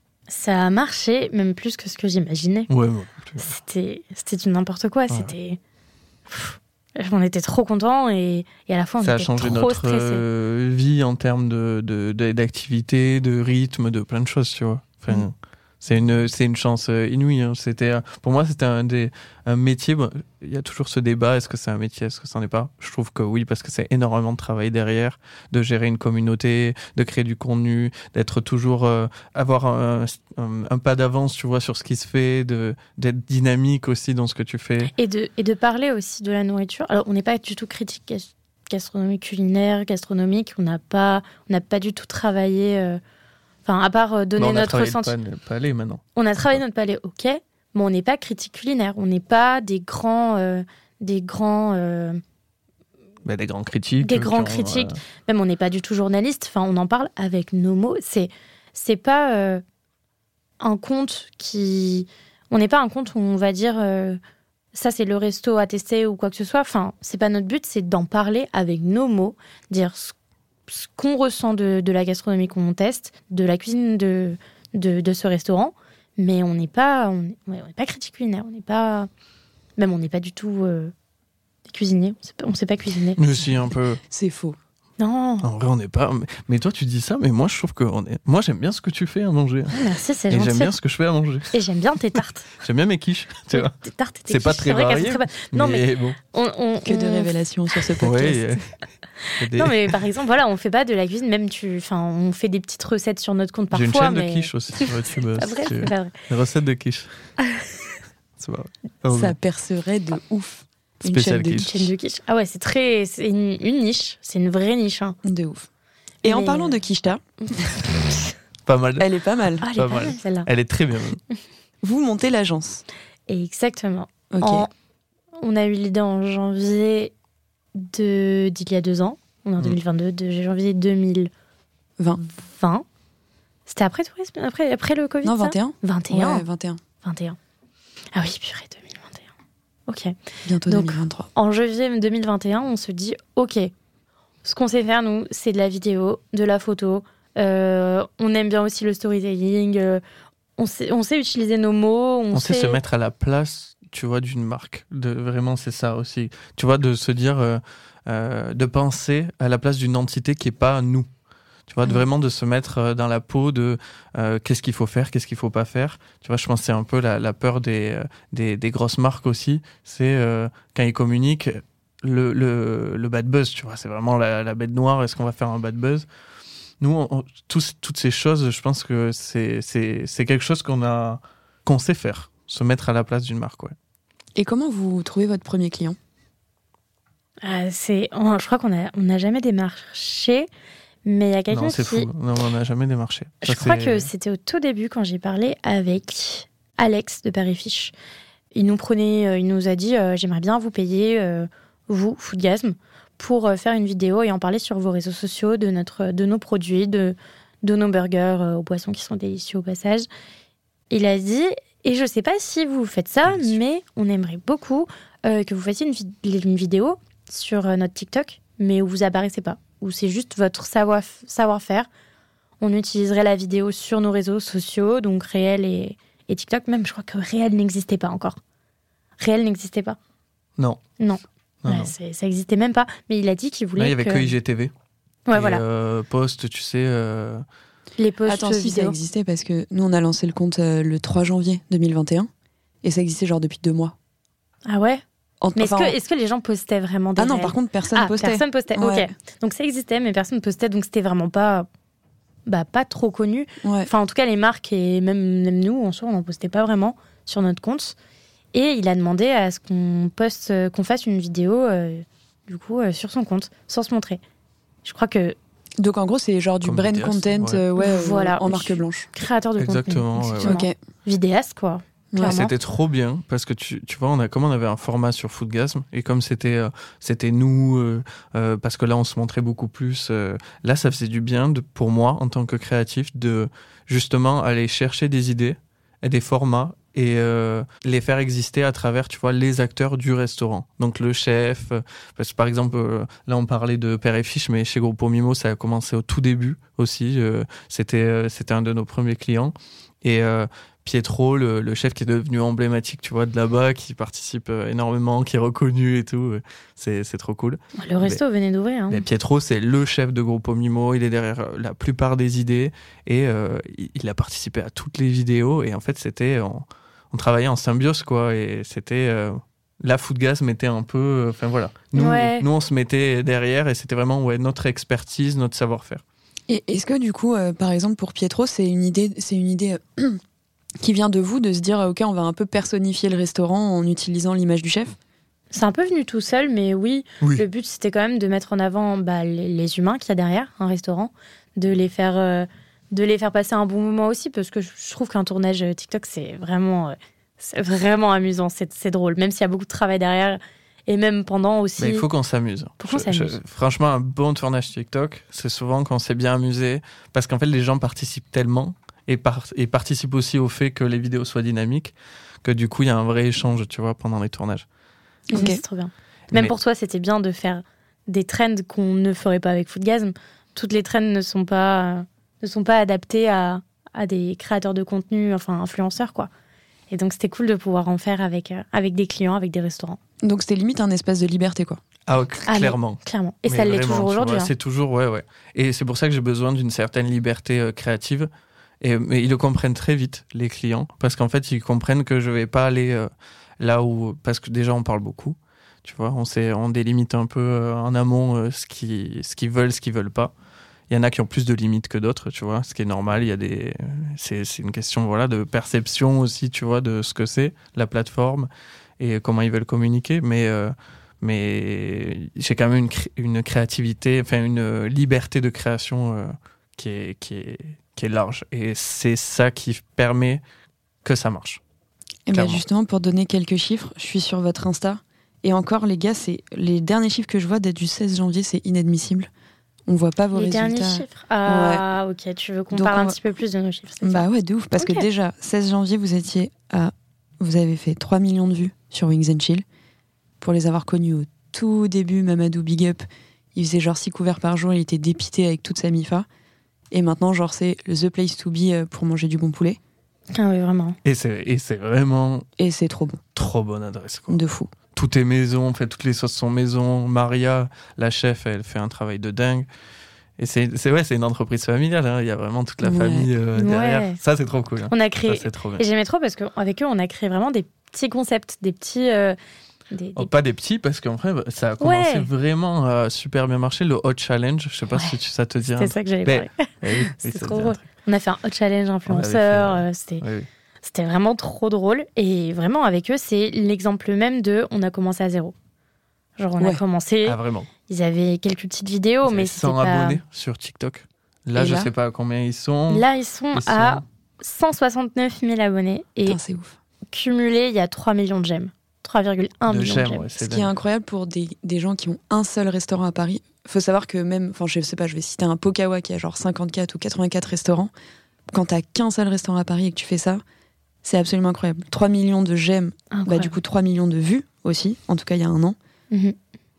Ça a marché, même plus que ce que j'imaginais. Ouais, ouais. C'était, c'était du n'importe quoi. Ouais. C'était... Pff, on était trop contents et, et à la fois, on ça était a changé trop notre stressés. Euh, vie en termes de, de, de, d'activité, de rythme, de plein de choses, tu vois. Enfin... Mm. C'est une, c'est une chance inouïe. Hein. C'était, pour moi, c'était un, des, un métier. Bon, il y a toujours ce débat, est-ce que c'est un métier, est-ce que ça n'en est pas ? Je trouve que oui, parce que c'est énormément de travail derrière, de gérer une communauté, de créer du contenu, d'être toujours, euh, avoir un, un, un pas d'avance, tu vois, sur ce qui se fait, de, d'être dynamique aussi dans ce que tu fais. Et de, et de parler aussi de la nourriture. Alors, on n'est pas du tout critique gastronomique, culinaire, gastronomique. On n'a pas, on n'a pas du tout travaillé... Euh, Enfin, à part donner bon, notre ressenti. On a travaillé le palais maintenant. On a travaillé notre palais, ok. Mais mais on n'est pas critique culinaire. On n'est pas des grands, euh, des grands, euh, bah, des grands critiques. des grands ont, critiques. euh... Même on n'est pas du tout journaliste. Enfin, on en parle avec nos mots. C'est, c'est pas euh, un compte qui, on n'est pas un compte où on va dire euh, ça c'est le resto à tester ou quoi que ce soit. Enfin, c'est pas notre but. C'est d'en parler avec nos mots, dire ce, ce qu'on ressent de, de la gastronomie qu'on teste, de la cuisine de de, de ce restaurant. Mais on n'est pas, on n'est ouais, pas critique culinaire, on n'est pas, même on n'est pas du tout euh, cuisinier, on ne sait pas cuisiner. Mais si, un peu. C'est faux. Non. En vrai, on n'est pas. Mais, mais toi, tu dis ça, mais moi, je trouve que on est. Moi, j'aime bien ce que tu fais à manger. Ah, merci, c'est Et gentil. j'aime bien ce que je fais à manger. Et j'aime bien tes tartes. J'aime bien mes quiches. Tu vois. Tes tartes et tes C'est pas quiches, très vrai qu'elles varié, sont très bonnes. Non mais, mais bon. on, on, Que de on- révélations sur ce podcast. Ouais, euh, des- Non mais par exemple, voilà, on fait pas de la cuisine, même tu, enfin, on fait des petites recettes sur notre compte J'ai parfois. une chaîne mais... de quiches aussi sur YouTube. C'est pas si vrai, tu veux. c'est pas vrai. Des recettes de quiches. C'est pas vrai. Pas Ça vrai. percerait de ouf. Une Spécial chaîne de quiche. Une chaîne de quiche. Ah ouais, c'est très, c'est une, une niche, c'est une vraie niche. Hein. De ouf. Et en Mais, parlant euh, de quicheta, Pas mal. elle est pas mal. Ah, elle est Pas pas mal. mal celle-là. Elle est très bien. Vous montez l'agence. Exactement. Ok. En- on a eu l'idée en janvier de, d'il y a deux ans. On est en Mm. deux mille vingt-deux, de janvier deux mille vingt. vingt. C'était après le tourisme, après, après le Covid. Non, ça vingt et un. vingt et un. Ouais, vingt et un. vingt et un. Ah oui, purée, deux mille vingt et un. Ok. Bientôt Donc, deux mille vingt-trois. En janvier deux mille vingt et un, on se dit, ok, ce qu'on sait faire, nous, c'est de la vidéo, de la photo. Euh, on aime bien aussi le storytelling. euh, on, sait, on sait utiliser nos mots. On, On sait se mettre à la place, tu vois, d'une marque. De, vraiment, c'est ça aussi. Tu vois, de se dire, euh, euh, de penser à la place d'une entité qui n'est pas nous. Tu vois, de Mm. vraiment de se mettre euh, dans la peau de euh, qu'est-ce qu'il faut faire, qu'est-ce qu'il faut pas faire. Tu vois, je pense que c'est un peu la, la peur des, euh, des, des grosses marques aussi. C'est euh, quand ils communiquent le, le, le bad buzz, tu vois. C'est vraiment la, la bête noire. Est-ce qu'on va faire un bad buzz ? Nous, on- on- tous, toutes ces choses, je pense que c'est, c'est, c'est quelque chose qu'on a, qu'on sait faire. Se mettre à la place d'une marque, ouais. Et comment vous trouvez votre premier client ? Ah, c'est, on- je crois qu'on a, on n'a jamais démarché, mais il y a quelqu'un Non, c'est qui. fou. Non, on n'a jamais démarché. Je Ça, crois c'est- que c'était au tout début quand j'ai parlé avec Alex de Père et Fiche. Il nous prenait, euh, il nous a dit euh, j'aimerais bien vous payer, euh, vous, Foodgasm, pour euh, faire une vidéo et en parler sur vos réseaux sociaux de, notre, de nos produits, de, de nos burgers euh, aux poissons qui sont délicieux au passage. Il a dit, et je sais pas si vous faites ça, Délicieux. mais on aimerait beaucoup euh, que vous fassiez une, vid- une vidéo sur euh, notre TikTok, mais où vous apparaissez pas, où c'est juste votre savoir, savoir-faire. On utiliserait la vidéo sur nos réseaux sociaux, donc Réel et, et TikTok. Même, je crois que Réel n'existait pas encore. Réel n'existait pas. Non. Non. Non, Ouais, non. c'est- ça n'existait même pas. Mais il a dit qu'il Là, voulait il y avait que... que I G T V. Ouais, Et, voilà. euh, Post, tu sais. euh, Les posts Attends, si ça vidéo. existait, parce que nous, on a lancé le compte euh, le trois janvier deux mille vingt et un, et ça existait genre depuis deux mois. Ah ouais. En- Mais est-ce enfin, que, est-ce que les gens postaient vraiment des Ah non, réels par contre, personne Ah, postait. personne postait. Ouais. Ok. Donc ça existait, mais personne postait. Donc c'était vraiment pas, bah, pas trop connu. Ouais. Enfin, en tout cas, les marques et même, même nous, en soi, on n'en postait pas vraiment sur notre compte. Et il a demandé à ce qu'on poste, euh, qu'on fasse une vidéo, euh, du coup, euh, sur son compte, sans se montrer. Je crois que Donc en gros, c'est genre du Comme brand vidéaste, content, ouais. euh, ouais, euh, Voilà. en marque blanche. créateur de Exactement, contenu. ouais, Exactement. Ok. Vidéaste, quoi. Ouais. Clairement. C'était trop bien parce que tu, tu vois, on a, comme on avait un format sur Foodgasm et comme c'était, euh, c'était nous, euh, euh, parce que là on se montrait beaucoup plus, euh, là ça faisait du bien de, pour moi en tant que créatif de justement aller chercher des idées et des formats et euh, les faire exister à travers, tu vois, les acteurs du restaurant. Donc le chef, euh, parce que par exemple, euh, là on parlait de Père et Fiche, mais chez Gruppo Mimo ça a commencé au tout début aussi, euh, c'était, euh, c'était un de nos premiers clients et euh, Pietro, le, le chef qui est devenu emblématique, tu vois, de là-bas, qui participe euh, énormément, qui est reconnu et tout. euh, C'est, c'est trop cool. Le resto venait d'ouvrir. Hein. Mais Pietro, c'est le chef de Gruppo Mimo. Il est derrière euh, la plupart des idées et euh, il, il a participé à toutes les vidéos. Et en fait, c'était, on, on travaillait en symbiose, quoi. Et c'était, euh, la Foodgasm était un peu, enfin voilà. Nous, Ouais. nous, on se mettait derrière et c'était vraiment ouais, notre expertise, notre savoir-faire. Et est-ce que du coup, euh, par exemple pour Pietro, c'est une idée, c'est une idée euh, qui vient de vous, de se dire ok, on va un peu personnifier le restaurant en utilisant l'image du chef? C'est un peu venu tout seul, mais oui, Oui. le but c'était quand même de mettre en avant bah, les, les humains qu'il y a derrière un restaurant, de les faire, euh, de les faire passer un bon moment aussi, parce que je trouve qu'un tournage TikTok c'est vraiment, euh, c'est vraiment amusant, c'est, c'est drôle, même s'il y a beaucoup de travail derrière. Et même pendant aussi... Mais il faut qu'on s'amuse. Faut qu'on je, s'amuse. Je, franchement, un bon tournage TikTok, c'est souvent quand on s'est bien amusé, parce qu'en fait, les gens participent tellement, et, par, et participent aussi au fait que les vidéos soient dynamiques, que du coup, il y a un vrai échange, tu vois, pendant les tournages. Okay. C'est trop bien. Même Mais... pour toi, c'était bien de faire des trends qu'on ne ferait pas avec Foodgasm. Toutes les trends ne sont pas, ne sont pas adaptées à, à des créateurs de contenu, enfin influenceurs, quoi. Et donc, c'était cool de pouvoir en faire avec, euh, avec des clients, avec des restaurants. Donc, c'était limite un espace de liberté, quoi. Ah, clairement. Ah, clairement. Et Mais ça l'est vraiment, toujours aujourd'hui. Vois, hein. C'est toujours, ouais, ouais. Et c'est pour ça que j'ai besoin d'une certaine liberté euh, créative. Et, mais ils le comprennent très vite, les clients. Parce qu'en fait, ils comprennent que je vais pas aller euh, là où... Parce que déjà, on parle beaucoup. Tu vois, on, sait, on délimite un peu euh, en amont euh, ce, qui, ce qu'ils veulent, ce qu'ils veulent pas. Il y en a qui ont plus de limites que d'autres, tu vois, ce qui est normal. Il y a des, c'est, c'est une question, voilà, de perception aussi, tu vois, de ce que c'est la plateforme et comment ils veulent communiquer. Mais, euh, mais j'ai quand même une, cré- une créativité, enfin une liberté de création euh, qui est, qui est, qui est large. Et c'est ça qui permet que ça marche. Et bien justement, pour donner quelques chiffres, je suis sur votre Insta. Et encore, les gars, c'est les derniers chiffres que je vois date du seize janvier, c'est inadmissible. On voit pas vos les résultats. Les derniers chiffres Ah, ouais. ok. Tu veux qu'on Donc parle un va... petit peu plus de nos chiffres, c'est Bah ça ouais, de ouf. Parce okay. que déjà, seize janvier, vous étiez à... Vous avez fait trois millions de vues sur Wings and Chill. Pour les avoir connus au tout début, Mamadou Big Up, il faisait genre six couverts par jour, il était dépité avec toute sa mifa. Et maintenant, genre, c'est the place to be pour manger du bon poulet. Ah oui, vraiment. Et c'est, et c'est vraiment... Et c'est trop bon. Trop bonne adresse, quoi. De fou. Tout est maison, en fait, toutes les sauces sont maison. Maria, la chef, elle fait un travail de dingue. Et c'est, c'est, ouais, c'est une entreprise familiale, hein. Il y a vraiment toute la ouais. famille euh, derrière. Ouais. Ça, c'est trop cool. Hein. On a créé... Ça, c'est trop bien. Et j'aimais trop parce qu'avec eux, on a créé vraiment des petits concepts, des petits... Euh... Des, oh, des... Pas des petits, parce qu'en fait, ça a commencé ouais. vraiment à super bien marcher. Le Hot Challenge, je sais pas ouais. si tu, ça te dit. C'était ça que j'allais parler. Eh oui, c'était trop drôle. On a fait un Hot Challenge influenceur. Fait, euh, c'était... Oui, oui. C'était vraiment trop drôle. Et vraiment, avec eux, c'est l'exemple même de on a commencé à zéro. Genre, on ouais. a commencé. Ah, vraiment. Ils avaient quelques petites vidéos, ils mais c'était cent pas... abonnés pas... sur TikTok. Là, et je là, sais pas combien ils sont. Là, ils sont ils à sont... cent soixante-neuf mille abonnés. Et Putain, c'est ouf. Cumulé, il y a trois millions de j'aime. trois virgule un millions j'aime, de j'aime. Ouais, Ce qui est incroyable pour des, des gens qui ont un seul restaurant à Paris. Il faut savoir que même, enfin, je sais pas, je vais citer un Pokawa qui a genre cinquante-quatre ou quatre-vingt-quatre restaurants. Quand t'as qu'un seul restaurant à Paris et que tu fais ça, c'est absolument incroyable. trois millions de j'aime, bah, du coup trois millions de vues aussi, en tout cas il y a un an. Mm-hmm.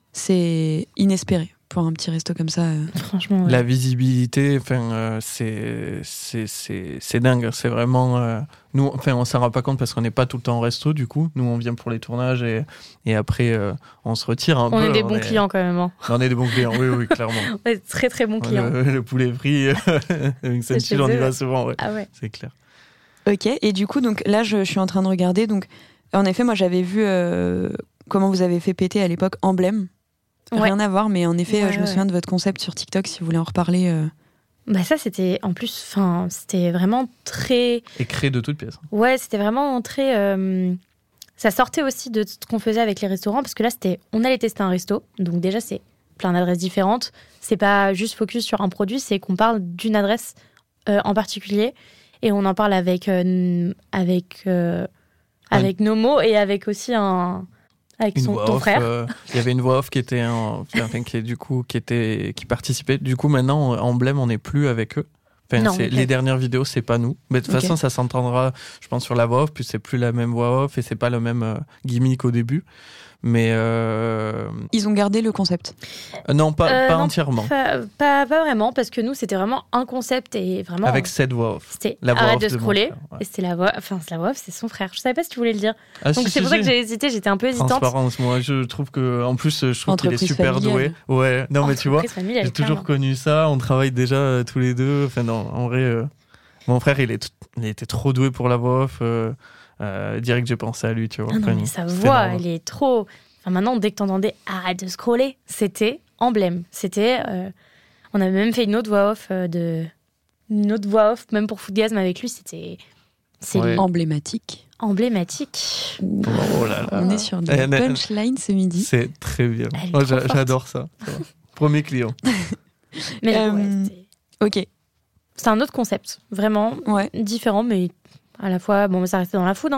C'est inespéré pour un petit resto comme ça. Euh... Franchement, ouais. La visibilité, enfin, euh, c'est, c'est, c'est, c'est dingue. C'est vraiment. Euh, nous, enfin, on s'en rend pas compte parce qu'on n'est pas tout le temps au resto, du coup. Nous, on vient pour les tournages et, et après, euh, on se retire un on peu. Est on est des on bons est... clients quand même. Hein. On est des bons clients, oui, oui, clairement. On est très, très bons clients. Le, le poulet frit, avec Senchil, on y va souvent, ouais. Ah ouais. C'est clair. Ok, et du coup, donc là, je, je suis en train de regarder. Donc, en effet, moi, j'avais vu euh, comment vous avez fait péter à l'époque Emblème. Ouais. Rien à voir, mais en effet, ouais, je me souviens ouais. de votre concept sur TikTok, si vous voulez en reparler. Euh... Bah ça, c'était en plus, enfin, c'était vraiment très... Et créé de toutes pièces. Ouais, c'était vraiment très... Euh... Ça sortait aussi de ce qu'on faisait avec les restaurants, parce que là, c'était, on allait tester un resto, donc déjà, c'est plein d'adresses différentes. C'est pas juste focus sur un produit, c'est qu'on parle d'une adresse euh, en particulier, et on en parle avec, euh, avec, euh, avec ouais. nos mots, et avec aussi un... Avec son, ton off, frère. Euh, il y avait une voix off qui était, en, enfin, qui, du coup, qui était, qui participait. Du coup, maintenant, Emblème, on n'est plus avec eux. Enfin, non, c'est, okay. Les dernières vidéos, c'est pas nous. Mais de toute okay. façon, ça s'entendra, je pense, sur la voix off. Puis c'est plus la même voix off et c'est pas le même euh, gimmick au début. Mais euh... ils ont gardé le concept. Euh, non, pas, euh, pas non, entièrement. Pas, pas, pas vraiment, parce que nous, c'était vraiment un concept et vraiment. Avec cette voix off. C'était la voix arrête off de, de scroller. Ouais. Et c'était la voix. Enfin, c'est la voix off, c'est son frère. Je savais pas si tu voulais le dire. Ah, donc si, c'est si, pour ça si. que j'ai hésité. J'étais un peu hésitante. Transparence. Moi, je trouve que, en plus, je trouve Entreprise qu'il est super familiale. doué. Ouais. Non, mais tu vois, familiale, j'ai toujours connu ça. On travaille déjà euh, tous les deux. Enfin, non, en vrai, euh, mon frère, il est, t- il était trop doué pour la voix off. Euh, euh, direct, j'ai pensé à lui, tu vois. Ah non, enfin, mais sa voix, elle est trop. Enfin, maintenant, dès que t'entendais arrête de scroller, c'était Emblème. C'était. Euh... On avait même fait une autre voix off euh, de. Une autre voix off, même pour Foodgasm avec lui, c'était. C'est ouais. emblématique. Emblématique. Oh là là. On est sur des punchlines ce midi. C'est très bien. Oh, j'a- j'adore ça. Premier client. Mais euh, ouais, c'était... Ok. C'est un autre concept, vraiment ouais. différent, mais à la fois, bon, ça restait dans la food, hein,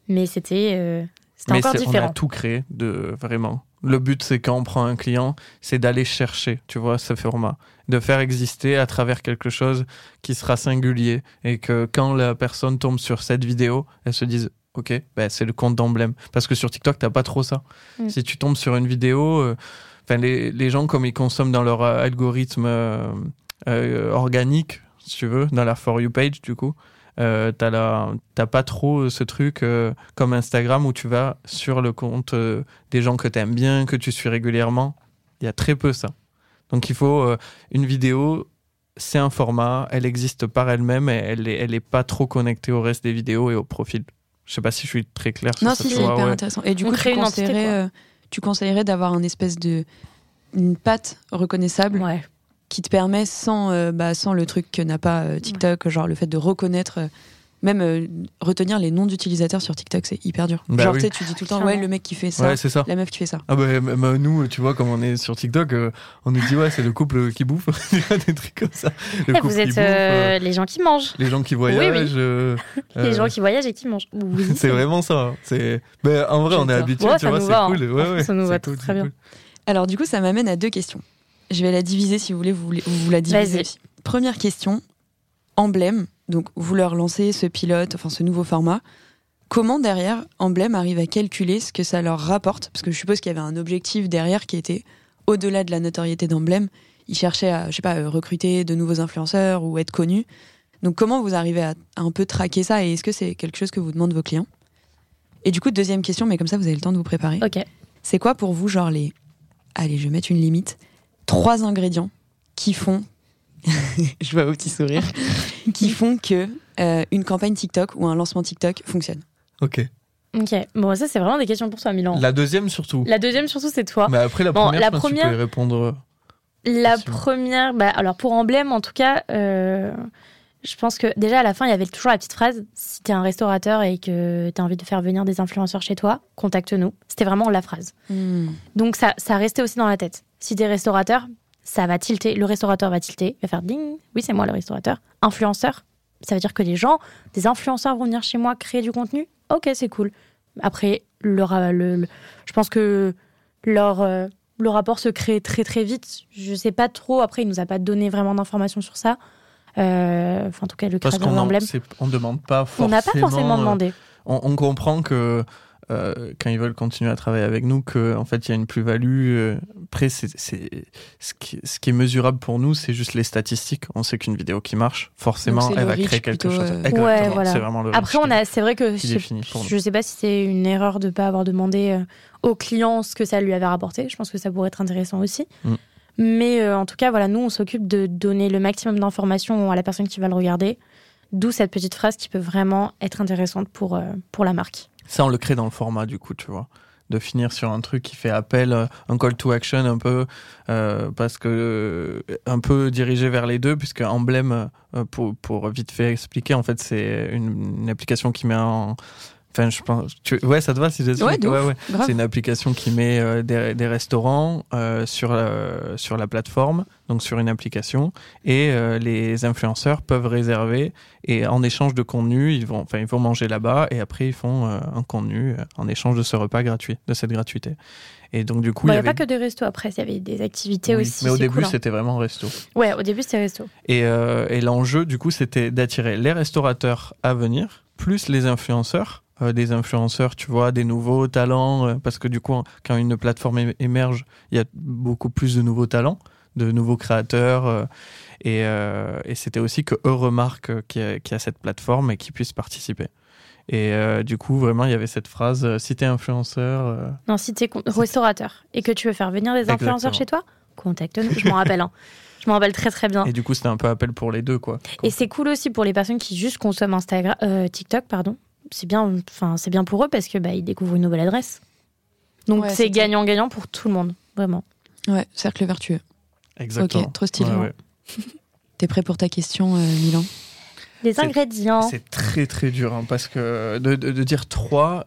Mais c'était, euh, c'était Mais encore c'est, différent. on a tout créé, de, vraiment. Le but, c'est quand on prend un client, c'est d'aller chercher, tu vois, ce format. De faire exister à travers quelque chose qui sera singulier. Et que quand la personne tombe sur cette vidéo, elle se dise, OK, ben, c'est le compte d'Emblème. Parce que sur TikTok, t'as pas trop ça. Mm. Si tu tombes sur une vidéo, euh, les, les gens, comme ils consomment dans leur algorithme euh, euh, organique, si tu veux, dans la For You page, du coup, Euh, t'as, la, t'as pas trop ce truc euh, comme Instagram où tu vas sur le compte euh, des gens que t'aimes bien, que tu suis régulièrement. Il y a très peu ça. Donc il faut euh, une vidéo, c'est un format, elle existe par elle-même et elle est, elle est pas trop connectée au reste des vidéos et au profil. Je sais pas si je suis très clair sur non, ça. Non, si, c'est vois, hyper ouais. intéressant. Et du On coup, crée tu une entité, conseillerais, euh, tu conseillerais d'avoir un espèce de une patte reconnaissable. Ouais. Qui te permet, sans, euh, bah, sans le truc que n'a pas euh, TikTok, ouais. genre le fait de reconnaître, euh, même euh, retenir les noms d'utilisateurs sur TikTok, c'est hyper dur. Bah genre, oui. tu sais, tu dis tout le temps, ouais, le mec qui fait ça, ouais, c'est ça. la meuf qui fait ça. Ah bah, bah, nous, tu vois, comme on est sur TikTok, euh, on nous dit, ouais, c'est le couple qui bouffe, des trucs comme ça. Le Et couple vous êtes qui bouffe, euh, euh, les gens qui mangent. Les gens qui voyagent. Oui, oui. Euh, les euh, gens qui voyagent et qui mangent. Oui, c'est, c'est vraiment ça. C'est... Ben, en vrai, on est habitué, ouais, tu vois, c'est va, cool. Hein. Ouais, ouais, ça nous va cool, très bien. Cool. Alors, du coup, ça m'amène à deux questions. Je vais la diviser si vous voulez, vous, voulez, vous la divisez. Vas-y. Première question, Emblème. Donc, vous leur lancez ce pilote, enfin ce nouveau format. Comment derrière, Emblème arrive à calculer ce que ça leur rapporte ? Parce que je suppose qu'il y avait un objectif derrière qui était au-delà de la notoriété d'Emblème. Ils cherchaient à, je sais pas, recruter de nouveaux influenceurs ou être connus. Donc, comment vous arrivez à, à un peu traquer ça et est-ce que c'est quelque chose que vous demandent vos clients ? Et du coup, deuxième question, mais comme ça, vous avez le temps de vous préparer. Ok. C'est quoi pour vous, genre les... Allez, je vais mettre une limite. Trois ingrédients qui font... je vois vos petits sourires. qui font que euh, une campagne TikTok ou un lancement TikTok fonctionne. Ok. Ok. Bon, ça, c'est vraiment des questions pour toi, Milan. La deuxième, surtout. La deuxième, surtout, c'est toi. Mais après, la bon, première, la je pense première... que tu peux y répondre... La première... Bah, alors, pour Emblème, en tout cas... Euh... Je pense que déjà à la fin, il y avait toujours la petite phrase, si t'es un restaurateur et que t'as envie de faire venir des influenceurs chez toi, contacte-nous. C'était vraiment la phrase. Mmh. Donc ça, ça restait aussi dans la tête. Si t'es restaurateur, ça va tilter, le restaurateur va tilter, il va faire ding, oui c'est moi le restaurateur. Influenceur, ça veut dire que les gens, des influenceurs vont venir chez moi créer du contenu, ok c'est cool. Après, le, le, le, je pense que leur, euh, le rapport se crée très très vite. Je sais pas trop, après il nous a pas donné vraiment d'informations sur ça. Euh, enfin, en tout cas, le Parce créateur qu'on d'Emblème. on demande pas forcément. On n'a pas forcément demandé. Euh, on, on comprend que euh, quand ils veulent continuer à travailler avec nous, que en fait, il y a une plus-value. Euh, après, c'est, c'est ce qui, ce qui est mesurable pour nous, c'est juste les statistiques. On sait qu'une vidéo qui marche, forcément, elle va créer quelque chose. Euh... Exactement. Ouais, voilà. C'est vraiment le. Après, on a, c'est vrai que je, je sais pas si c'est une erreur de pas avoir demandé euh, au client ce que ça lui avait rapporté. Je pense que ça pourrait être intéressant aussi. Mm. Mais euh, en tout cas, voilà, nous, on s'occupe de donner le maximum d'informations à la personne qui va le regarder. D'où cette petite phrase qui peut vraiment être intéressante pour, euh, pour la marque. Ça, on le crée dans le format, du coup, tu vois. De finir sur un truc qui fait appel, euh, un call to action un peu, euh, parce que euh, un peu dirigé vers les deux, puisque Emblème, euh, pour, pour vite fait expliquer, en fait, c'est une, une application qui met en... Enfin, je pense. Tu... Ouais, ça te va si j'explique. Ouais, ouais, ouais. C'est une application qui met euh, des, des restaurants euh, sur, euh, sur la plateforme, donc sur une application, et euh, les influenceurs peuvent réserver et en échange de contenu, ils vont, enfin, ils vont manger là-bas et après ils font euh, un contenu euh, en échange de ce repas gratuit, de cette gratuité. Et donc du coup, bon, il n'y avait... a pas que des restos. Après, il y avait des activités oui, aussi. Mais au début, cool, hein. C'était vraiment resto. Ouais, au début, c'était resto. Et, euh, et l'enjeu, du coup, c'était d'attirer les restaurateurs à venir, plus les influenceurs. Euh, des influenceurs, tu vois, des nouveaux talents, euh, parce que du coup, quand une plateforme é- émerge, il y a beaucoup plus de nouveaux talents, de nouveaux créateurs, euh, et, euh, et c'était aussi que eux remarquent qu'il y a, qu'il y a cette plateforme et qu'ils puissent participer. Et euh, du coup, vraiment, il y avait cette phrase, euh, si t'es influenceur... Euh... Non, si t'es con- restaurateur et que tu veux faire venir des influenceurs Exactement. Chez toi, contacte-nous. Je m'en rappelle, hein. Je m'en rappelle très très bien. Et du coup, c'était un peu appel pour les deux, quoi. Et c'est cool aussi pour les personnes qui juste consomment Instagram, euh, TikTok, pardon. C'est bien, enfin c'est bien pour eux parce que bah ils découvrent une nouvelle adresse. Donc ouais, c'est gagnant-gagnant pour tout le monde, vraiment. Ouais, cercle vertueux. Exactement. Ok, trop stylé. Ouais, ouais. T'es prêt pour ta question, euh, Milan ? Les c'est, ingrédients. C'est très très dur hein, parce que de, de, de dire trois,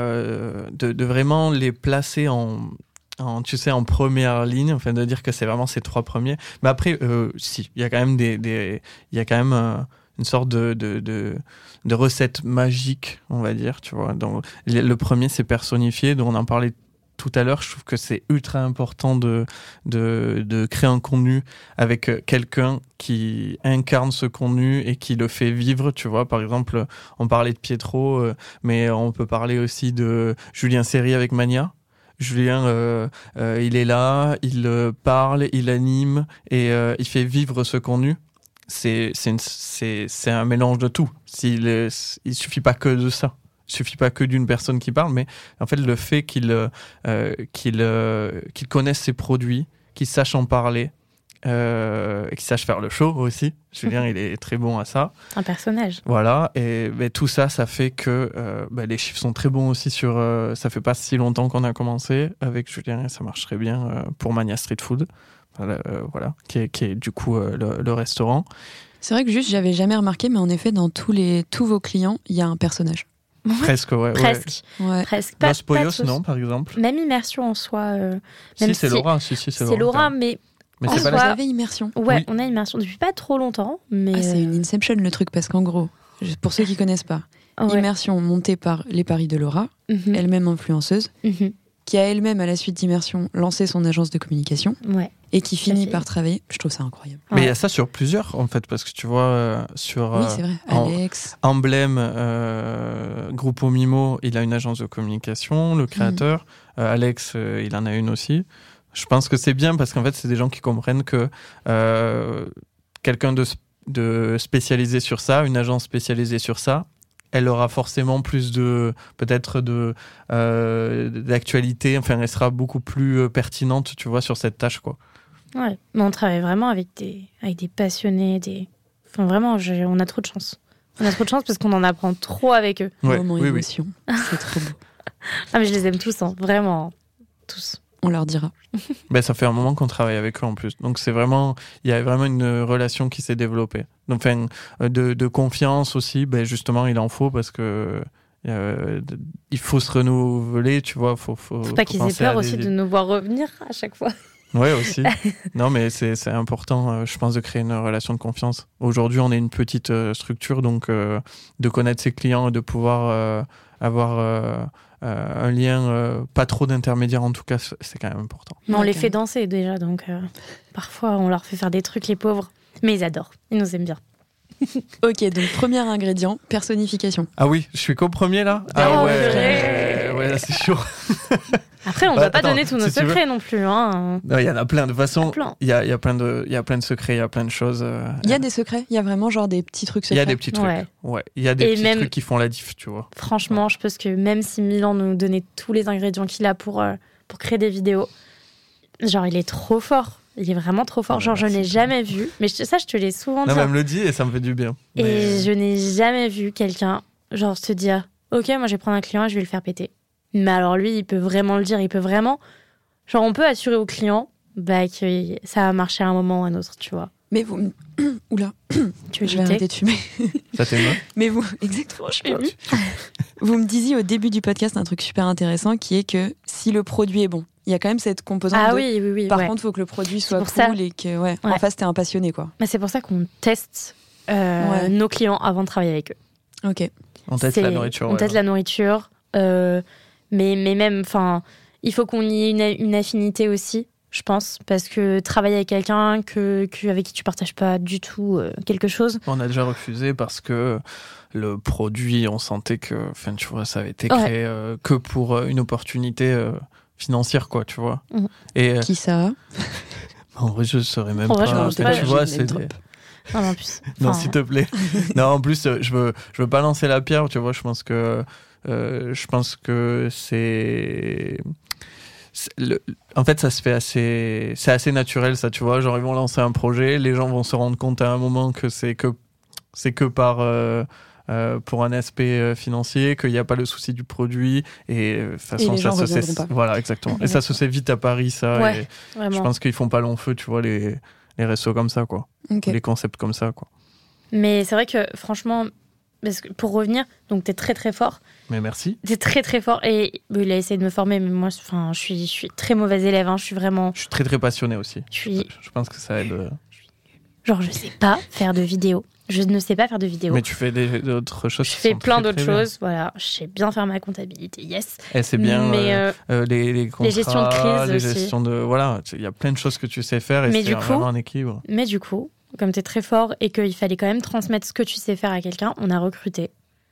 euh, de, de vraiment les placer en, en, tu sais, en première ligne, enfin de dire que c'est vraiment ces trois premiers. Mais après, euh, si, il y a quand même des, des il y a quand même euh, une sorte de, de, de, de recette magique, on va dire, tu vois. Donc, le premier, c'est personnifié, dont on en parlait tout à l'heure. Je trouve que c'est ultra important de, de, de créer un contenu avec quelqu'un qui incarne ce contenu et qui le fait vivre, tu vois. Par exemple, on parlait de Pietro, euh, mais on peut parler aussi de Julien Seri avec Mania. Julien, euh, euh, il est là, il euh, parle, il anime et euh, il fait vivre ce contenu. C'est, c'est, une, c'est, c'est un mélange de tout. S'il est, il suffit pas que de ça. Il suffit pas que d'une personne qui parle, mais en fait, le fait qu'il, euh, qu'il, euh, qu'il connaisse ses produits, qu'il sache en parler, euh, et qu'il sache faire le show aussi. Julien, il est très bon à ça. Un personnage. Voilà, et ben, tout ça, ça fait que euh, ben, les chiffres sont très bons aussi sur... Euh, ça fait pas si longtemps qu'on a commencé avec Julien, et ça marche très bien euh, pour Mania Street Food, voilà, euh, voilà qui, est, qui est du coup euh, le, le restaurant. C'est vrai que juste, j'avais jamais remarqué, mais en effet, dans tous, les, tous vos clients, il y a un personnage. Ouais. Presque, ouais. Presque. Ouais. Presque. Pas, Los Pollos, pas de... non, par exemple. Même Immersion en soi. Euh, si, même c'est si... Laura. Si, si, c'est, c'est Laura, Laura, mais... Mais en c'est soi... pas Vous la... avez Immersion. Ouais, oui. on a Immersion depuis pas trop longtemps, mais... Ah, c'est une Inception, le truc, parce qu'en gros, pour ceux qui connaissent pas, ouais. Immersion montée par les paris de Laura, mm-hmm. elle-même influenceuse, mm-hmm. qui a elle-même, à la suite d'Immersion, lancé son agence de communication, ouais. et qui finit par travailler. Je trouve ça incroyable. Mais il ouais. y a ça sur plusieurs, en fait, parce que tu vois, euh, sur... Oui, c'est vrai. En... Alex... Emblème, euh, Gruppo Mimo, il a une agence de communication, le créateur. Mmh. Euh, Alex, euh, il en a une aussi. Je pense que c'est bien parce qu'en fait, c'est des gens qui comprennent que euh, quelqu'un de, de spécialisé sur ça, une agence spécialisée sur ça, elle aura forcément plus de, peut-être de, euh, d'actualité, enfin, elle sera beaucoup plus pertinente, tu vois, sur cette tâche, quoi. Ouais, mais on travaille vraiment avec des, avec des passionnés, des... Enfin, vraiment, je, on a trop de chance. On a trop de chance parce qu'on en apprend trop avec eux. Ouais, Moment oui, émotion. Oui. C'est trop beau. Ah, mais je les aime tous, hein. Vraiment, tous. On leur dira. Ben, ça fait un moment qu'on travaille avec eux en plus. Donc c'est vraiment, il y a vraiment une relation qui s'est développée. Donc, enfin, de, de confiance aussi, ben, justement, il en faut parce que euh, il faut se renouveler, tu vois. Faut, faut, faut pas faut qu'ils aient peur aussi des... de nous voir revenir à chaque fois. Ouais, aussi. Non, mais c'est, c'est important, euh, je pense, de créer une relation de confiance. Aujourd'hui, on est une petite euh, structure, donc euh, de connaître ses clients et de pouvoir euh, avoir euh, euh, un lien, euh, pas trop d'intermédiaires en tout cas, c'est quand même important. Mais on ouais, les quand fait même. danser déjà, donc euh, parfois on leur fait faire des trucs, les pauvres. Mais ils adorent, ils nous aiment bien. Ok, donc premier ingrédient, personnification. Ah oui, je suis qu'au premier là. Oh, Ah ouais, purée. ouais, là c'est chaud. Après, on ne Bah, doit pas attends, donner tous nos si tu veux. secrets non plus. Hein. Non, il y en a plein. De toute façon, Plein. il y a, il y a plein de, il y a plein de secrets, il y a plein de choses. euh, Il y a des secrets, il y a vraiment genre des petits trucs Il secrets. y a des petits trucs. Ouais. Ouais. Il y a des Et petits même- trucs qui font la diff, tu vois. Franchement, je pense que même si Milan nous donnait tous les ingrédients qu'il a pour, euh, pour créer des vidéos, genre il est trop fort. Il est vraiment trop fort. Ouais, Genre, je merci. n'ai jamais vu, mais je- ça, je te l'ai souvent Non, dit. mais elle me le dit et ça me fait du bien. Et Mais- je n'ai jamais vu quelqu'un, genre, se dire ok, moi je vais prendre un client et je vais le faire péter. Mais alors lui, il peut vraiment le dire, il peut vraiment. Genre, on peut assurer au client bah, que ça va marcher à un moment ou à un autre, tu vois. Mais vous... m- Oula, Tu veux je vais jeter arrêter de fumer. Ça t'émeut? Mais vous... Exactement, je fais Vous me disiez au début du podcast un truc super intéressant qui est que si le produit est bon, il y a quand même cette composante Ah de... oui, oui, oui. Par ouais. contre, il faut que le produit soit pour cool ça. et que, ouais, Ouais. en face, t'es un passionné, quoi. Bah, c'est pour ça qu'on teste euh, Ouais. nos clients avant de travailler avec eux. Ok. On teste C'est- la nourriture. On ouais. teste la nourriture. euh, mais, mais même, enfin, il faut qu'on y ait une, une affinité aussi, je pense. Parce que travailler avec quelqu'un que, que, avec qui tu partages pas du tout euh, quelque chose. On a déjà refusé parce que le produit, on sentait que, enfin, tu vois, ça avait été Ouais. créé euh, que pour euh, une opportunité euh, financière, quoi, tu vois. Mhm. Et euh, Qui ça en vrai, je saurais même En vrai, pas. je me Enfin, sais pas, tu j'ai vois, le c'est name des- drop. Non, en plus. Non, Enfin, s'il te plaît. Non, en plus, euh, je veux, je veux pas lancer la pierre, tu vois. Je pense que, euh, je pense que c'est, c'est le- en fait, ça se fait assez, c'est assez naturel, ça, tu vois. Genre, ils vont lancer un projet, les gens vont se rendre compte à un moment que c'est que, c'est que par, euh, euh, pour un aspect euh, financier, qu'il n'y a pas le souci du produit, et euh, de toute façon, les ça gens se sait. reviendront pas. Voilà, exactement. Et ça se sait vite à Paris, ça. Ouais, et je vraiment. pense qu'ils font pas long feu, tu vois, les, les restos comme ça, quoi. Ok. Les concepts comme ça, quoi. Mais c'est vrai que, franchement, parce que pour revenir, donc t'es très très fort. Mais merci. T'es très très fort. Et bon, il a essayé de me former, mais moi, enfin, je suis, je suis très mauvaise élève. Hein, je suis vraiment. Je suis très très passionné aussi. Je suis Je pense que ça aide. euh. Genre, je sais pas faire de vidéo. Je ne sais pas faire de vidéo. Mais tu fais des, d'autres choses. Je qui fais sont plein très, d'autres très bien. choses. Voilà, je sais bien faire ma comptabilité, yes. Et c'est bien Mais, euh, euh, les, les contrats, les gestions de crise les aussi. gestions de voilà, il y a plein de choses que tu sais faire et Mais c'est du coup- vraiment un équilibre. Mais du coup, comme tu es très fort et qu'il fallait quand même transmettre ce que tu sais faire à quelqu'un, on a recruté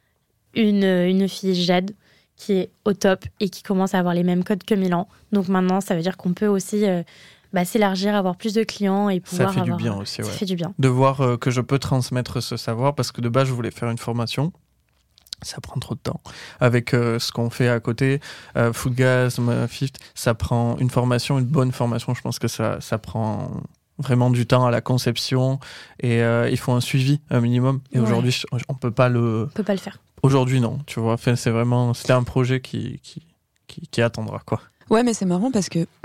une, une fille, Jade, qui est au top et qui commence à avoir les mêmes codes que Milan. Donc maintenant, ça veut dire qu'on peut aussi euh, bah, s'élargir, avoir plus de clients et pouvoir Ça fait avoir... du bien aussi, Ça ouais. fait du bien. De voir euh, que je peux transmettre ce savoir parce que de base je voulais faire une formation. Ça prend trop de temps. Avec euh, ce qu'on fait à côté, euh, Foodgasm, Fifth, ça prend une formation, une bonne formation. Je pense que ça, ça prend vraiment du temps à la conception et euh, il faut un suivi, un minimum. Et Ouais. aujourd'hui, on peut pas le. On peut pas le faire. Aujourd'hui, non. Tu vois, enfin, c'est vraiment. C'était un projet qui, qui, qui, qui attendra, quoi. Ouais, mais c'est marrant parce que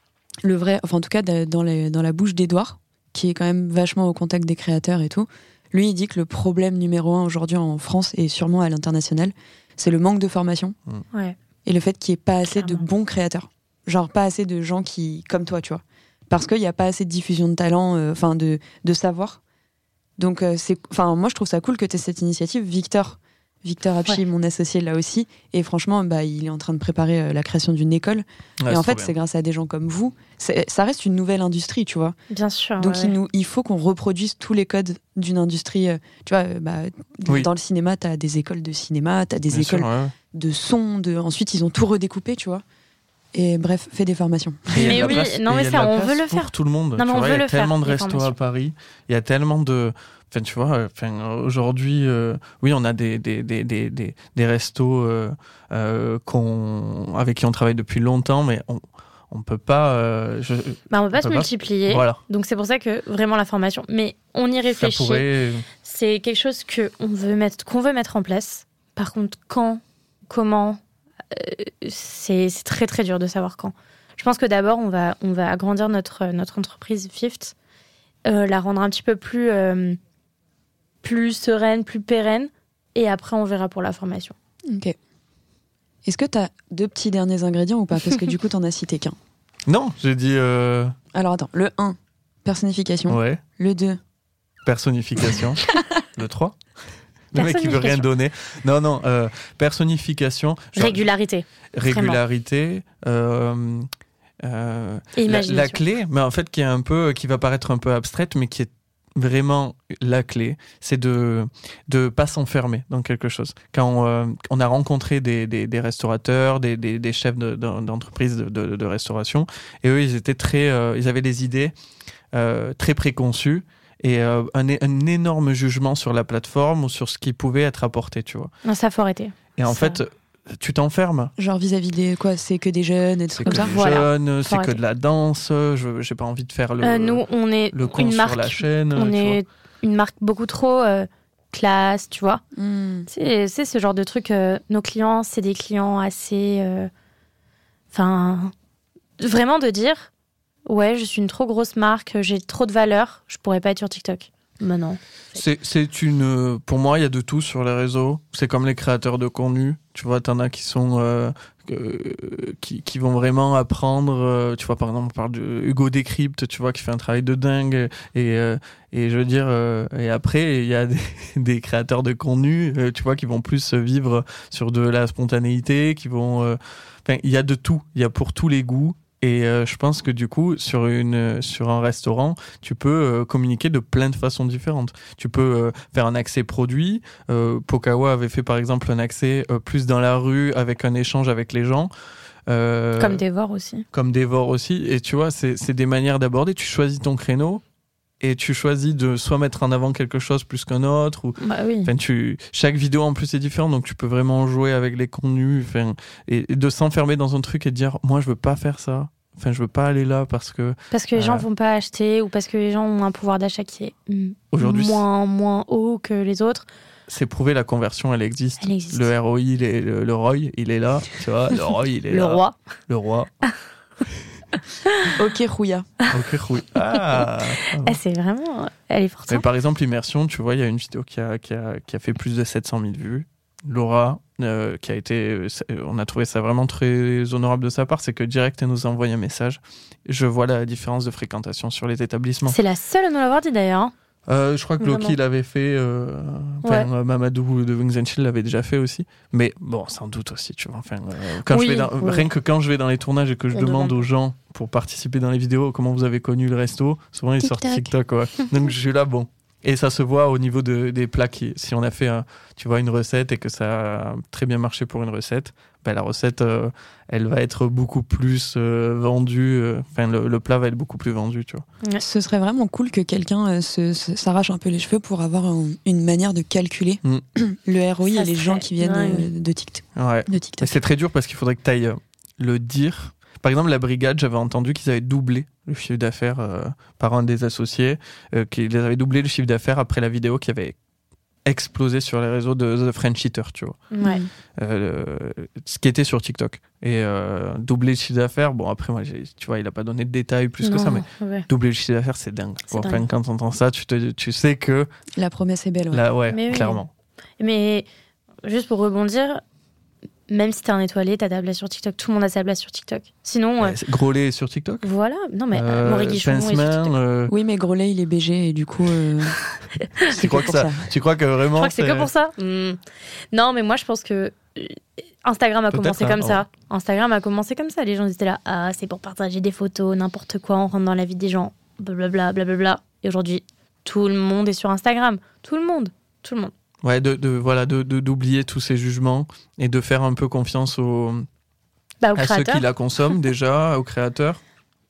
le vrai, enfin en tout cas de- dans, les, dans la bouche d'Edouard, qui est quand même vachement au contact des créateurs et tout, lui il dit que le problème numéro un aujourd'hui en France et sûrement à l'international, c'est le manque de formation Ouais. et le fait qu'il n'y ait pas assez Clairement. de bons créateurs. Genre pas assez de gens qui, comme toi, tu vois. Parce qu'il n'y a pas assez de diffusion de talent, euh, enfin de, de savoir. Donc euh, c'est, enfin moi je trouve ça cool que tu aies cette initiative. Victor, Victor Apchi, Ouais. mon associé là aussi, et franchement bah, il est en train de préparer euh, la création d'une école. Ouais, et en c'est fait, trop c'est grâce à des gens comme vous. C'est- ça reste une nouvelle industrie, tu vois. Bien sûr. Donc, ouais. il, nous, il faut qu'on reproduise tous les codes d'une industrie. euh, Tu vois, euh, bah, Oui. dans le cinéma, t'as des écoles de cinéma, t'as des bien. Bien sûr, écoles ouais. de son. De... Ensuite, ils ont tout redécoupé, tu vois. Et bref, fais des formations. Et il y a Mais de la oui, place- non, et mais il y a de ça, la on place veut le pour faire. tout le monde. Non, mais Tu on vois, veut il y a le faire, tellement de les restos à formations. Paris. Il y a tellement de. Enfin, tu vois, enfin, aujourd'hui, euh, oui, on a des, des, des, des, des, des restos euh, euh, qu'on, avec qui on travaille depuis longtemps, mais on on peut pas. Euh, je, Bah, on va pas On se peut pas- multiplier. voilà. Donc c'est pour ça que vraiment la formation. Mais on y Ça réfléchit. pourrait. C'est quelque chose que on veut mettre, qu'on veut mettre en place. Par contre, quand, comment, euh, c'est c'est très très dur de savoir quand. Je pense que d'abord on va on va agrandir notre notre entreprise Fifth, euh, la rendre un petit peu plus euh, plus sereine, plus pérenne, et après on verra pour la formation. Ok. Est-ce que t'as deux petits derniers ingrédients ou pas? Parce que du coup, t'en as cité qu'un. Non, j'ai dit. Euh... Alors attends, le un, personnification. Ouais. Le deux, Personnification. Le trois. Le mec qui veut rien Personnification. donner. Non, non. Euh, personnification. genre, Régularité régularité. Euh, euh, et la, imagination. la clé, mais en fait qui est un peu, qui va paraître un peu abstraite, mais qui est vraiment la clé, c'est de de pas s'enfermer dans quelque chose. Quand euh, on a rencontré des, des, des restaurateurs, des, des, des chefs de, de, d'entreprise de, de, de restauration, et eux ils étaient très, euh, ils avaient des idées euh, très préconçues et euh, un, un énorme jugement sur la plateforme ou sur ce qui pouvait être apporté, tu vois. Non, ça faut arrêter. Et en Ça- fait, tu t'enfermes. genre vis-à-vis des quoi? C'est que des jeunes et des C'est trucs que comme ça? des Voilà. jeunes, Faut c'est que arrêter. de la danse. Je j'ai pas envie de faire le Euh, nous, on est le con une sur marque. la chaîne. On tu est une marque beaucoup trop euh, classe, tu vois. Hmm. C'est c'est ce genre de truc. euh, nos clients, c'est des clients assez. Enfin. vraiment de dire ouais, je suis une trop grosse marque, j'ai trop de valeur, je pourrais pas être sur TikTok. Mais non. C'est, c'est une. Pour moi, il y a de tout sur les réseaux. C'est comme les créateurs de contenu. Tu vois, t'en as qui sont. Euh, euh, qui, qui vont vraiment apprendre. Euh, tu vois, par exemple, on parle de Hugo Décrypte, tu vois, qui fait un travail de dingue. Et, euh, et je veux dire. Euh, et après, il y a des, des créateurs de contenu, euh, tu vois, qui vont plus vivre sur de la spontanéité, qui vont. Euh, enfin, il y a de tout. Il y a pour tous les goûts. Et euh, je pense que du coup, sur, une, sur un restaurant, tu peux euh, communiquer de plein de façons différentes. Tu peux euh, faire un accès produit. Euh, Pokawa avait fait par exemple un accès euh, plus dans la rue avec un échange avec les gens. Euh, Comme Dévore aussi. Comme Dévore aussi. Et tu vois, c'est, c'est des manières d'aborder. Tu choisis ton créneau et tu choisis de soit mettre en avant quelque chose plus qu'un autre ou Bah oui. Enfin, tu... Chaque vidéo en plus est différente, donc tu peux vraiment jouer avec les contenus, enfin, et, et de s'enfermer dans un truc et de dire moi je veux pas faire ça, enfin je veux pas aller là parce que Parce que les gens euh, vont pas acheter ou parce que les gens ont un pouvoir d'achat qui est mm, Aujourd'hui, moins, moins haut que les autres. c'est prouvé, la conversion elle existe. Elle existe. Le R O I, il est, le, le R O I, il est là, tu vois, le R O I il est Le là. roi. Le roi. Ok, Rouya. Ok, oui. Ah. Ah, c'est vraiment. Elle est forte. Mais hein. par exemple, Immersion, tu vois, il y a une vidéo qui a, qui a, qui a fait plus de sept cent mille vues. Laura, euh, qui a été, on a trouvé ça vraiment très honorable de sa part, c'est que direct elle nous a envoyé un message. Je vois la différence de fréquentation sur les établissements. C'est la seule à nous l'avoir dit d'ailleurs. hein. Euh, je crois que Loki Vraiment. l'avait fait, euh, enfin, euh, Mamadou de Wings and Shield l'avait déjà fait aussi. Mais bon, sans doute aussi, tu vois. Enfin, euh, quand Oui, je vais dans, oui. rien que quand je vais dans les tournages et que je On demande demande. aux gens pour participer dans les vidéos comment vous avez connu le resto, souvent ils sortent TikTok. TikTok. Ouais. Donc je suis là, bon. Et ça se voit au niveau de, des plats. Qui, si on a fait, un, tu vois, une recette et que ça a très bien marché pour une recette, ben, la recette, euh, elle va être beaucoup plus euh, vendue. Enfin, euh, le, le plat va être beaucoup plus vendu, tu vois. Ce serait vraiment cool que quelqu'un euh, se, se- s'arrache un peu les cheveux pour avoir un- une manière de calculer Mm. le R O I Ça et les serait gens qui viennent dingue. euh, de TikTok. Ouais. De Mais TikTok. c'est très dur parce qu'il faudrait que tu ailles le dire. Par exemple, la brigade, j'avais entendu qu'ils avaient doublé le chiffre d'affaires euh, par un des associés, euh, qu'ils avaient doublé le chiffre d'affaires après la vidéo qui avait explosé sur les réseaux de The French Eater, tu vois. Ouais. Euh, ce qui était sur TikTok. Et euh, doubler le chiffre d'affaires, bon après, moi, j'ai- tu vois, il a pas donné de détails plus que ça, mais Non, ouais. doubler le chiffre d'affaires, c'est dingue. C'est Bon, dingue. enfin, quand tu entends ça, tu, te, tu sais que La promesse est belle. Ouais. là, ouais, Mais oui. clairement. Mais juste pour rebondir, même si t'es un étoilé, t'as ta place sur TikTok. Tout le monde a sa place sur TikTok. Sinon, euh, Euh, c'est- Gros lait sur TikTok. voilà. Non, mais euh, Euh, Maurice Guichon est sur Pinceman, TikTok. euh, Oui, mais Grolet, il est B G et du coup, euh, c'est tu, crois que que pour ça, ça. tu crois que Je vraiment. crois que c'est que pour ça. Hmm. Non, mais moi, je pense que euh, Instagram a Peut-être, commencé hein, comme ouais. ça. Instagram a commencé comme ça. Les gens étaient là, ah, c'est pour partager des photos, n'importe quoi, on rentre dans la vie des gens, blablabla, blablabla. Et aujourd'hui, tout le monde est sur Instagram. Tout le monde. Tout le monde. Ouais, de, de, voilà, de, de- d'oublier tous ces jugements et de faire un peu confiance aux, Bah, au à ceux créateur. qui la consomment déjà, aux créateurs.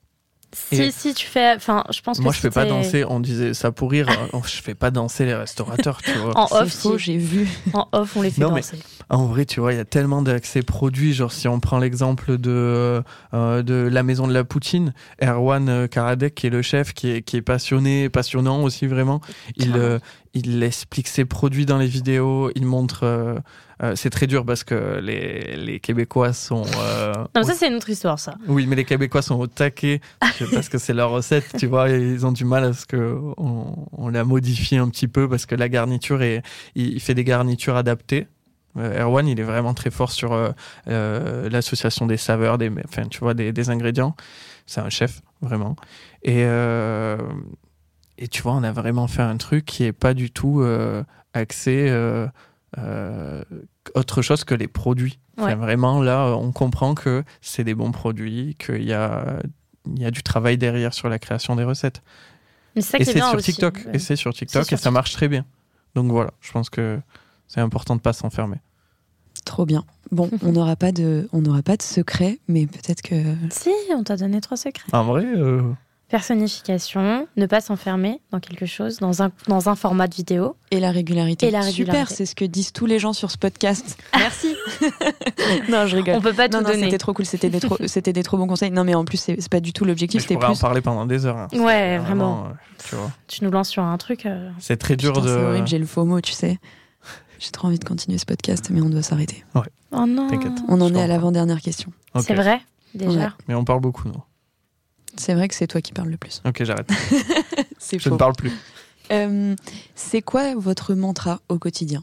Si, Et- si tu fais. Enfin, je pense que. Moi, je si fais pas t'es- danser, on disait ça pour rire, hein, je fais pas danser les restaurateurs, tu vois. En C'est off, faux, si. j'ai vu. En off, on les fait Non, mais- danser. En vrai, tu vois, il y a tellement d'accès produits. Genre, si on prend l'exemple de, euh, de la maison de la poutine, Erwan euh, Karadec, qui est le chef, qui est, qui est passionné, passionnant aussi, vraiment. Il, Clairement. euh, il explique ses produits dans les vidéos. Il montre. euh, euh, c'est très dur parce que les, les Québécois sont. euh, Non, mais ça, c'est une autre histoire, ça. Oui, mais les Québécois sont au taquet parce que c'est leur recette, tu vois. Et ils ont du mal à ce que on, on la modifie un petit peu parce que la garniture est. Il il fait des garnitures adaptées. Euh, Erwan, il est vraiment très fort sur euh, euh, l'association des saveurs, des, enfin, tu vois, des, des ingrédients. C'est un chef, vraiment. Et, euh, et tu vois, on a vraiment fait un truc qui est pas du tout euh, axé euh, euh, autre chose que les produits. Enfin, Ouais. vraiment, là, on comprend que c'est des bons produits, qu'il y a, il y a du travail derrière sur la création des recettes. Mais c'est ça Et qui est c'est bien sur aussi. TikTok. Ouais. Et c'est sur TikTok C'est sur et ça marche très bien. Donc voilà, je pense que c'est important de pas s'enfermer. Trop bien. Bon, on n'aura pas de, on n'aura pas de secret, mais peut-être que. Si, on t'a donné trois secrets. En vrai, euh, Personnification, ne pas s'enfermer dans quelque chose, dans un, dans un format de vidéo. Et la régularité. Et la Super, régularité. c'est ce que disent tous les gens sur ce podcast. Merci. non, je rigole. On peut pas non, tout non, donner. c'était trop cool, c'était des, trop, c'était des trop bons conseils. Non, mais en plus, c'est, c'est pas du tout l'objectif, je c'était pourrais plus. en parler pendant des heures. hein. C'est Ouais, vraiment. euh, tu vois. Tu nous lances sur un truc. euh, C'est très dur Putain, de. C'est horrible, j'ai le faux mot, tu sais. J'ai trop envie de continuer ce podcast, mais on doit s'arrêter. Oh non. T'inquiète. On en Je est à comprends. l'avant-dernière question. Ok. C'est vrai, déjà. Ouais. Mais on parle beaucoup, non. C'est vrai que c'est toi qui parles le plus. Ok, j'arrête. C'est Je faux. ne parle plus. Euh, c'est quoi votre mantra au quotidien?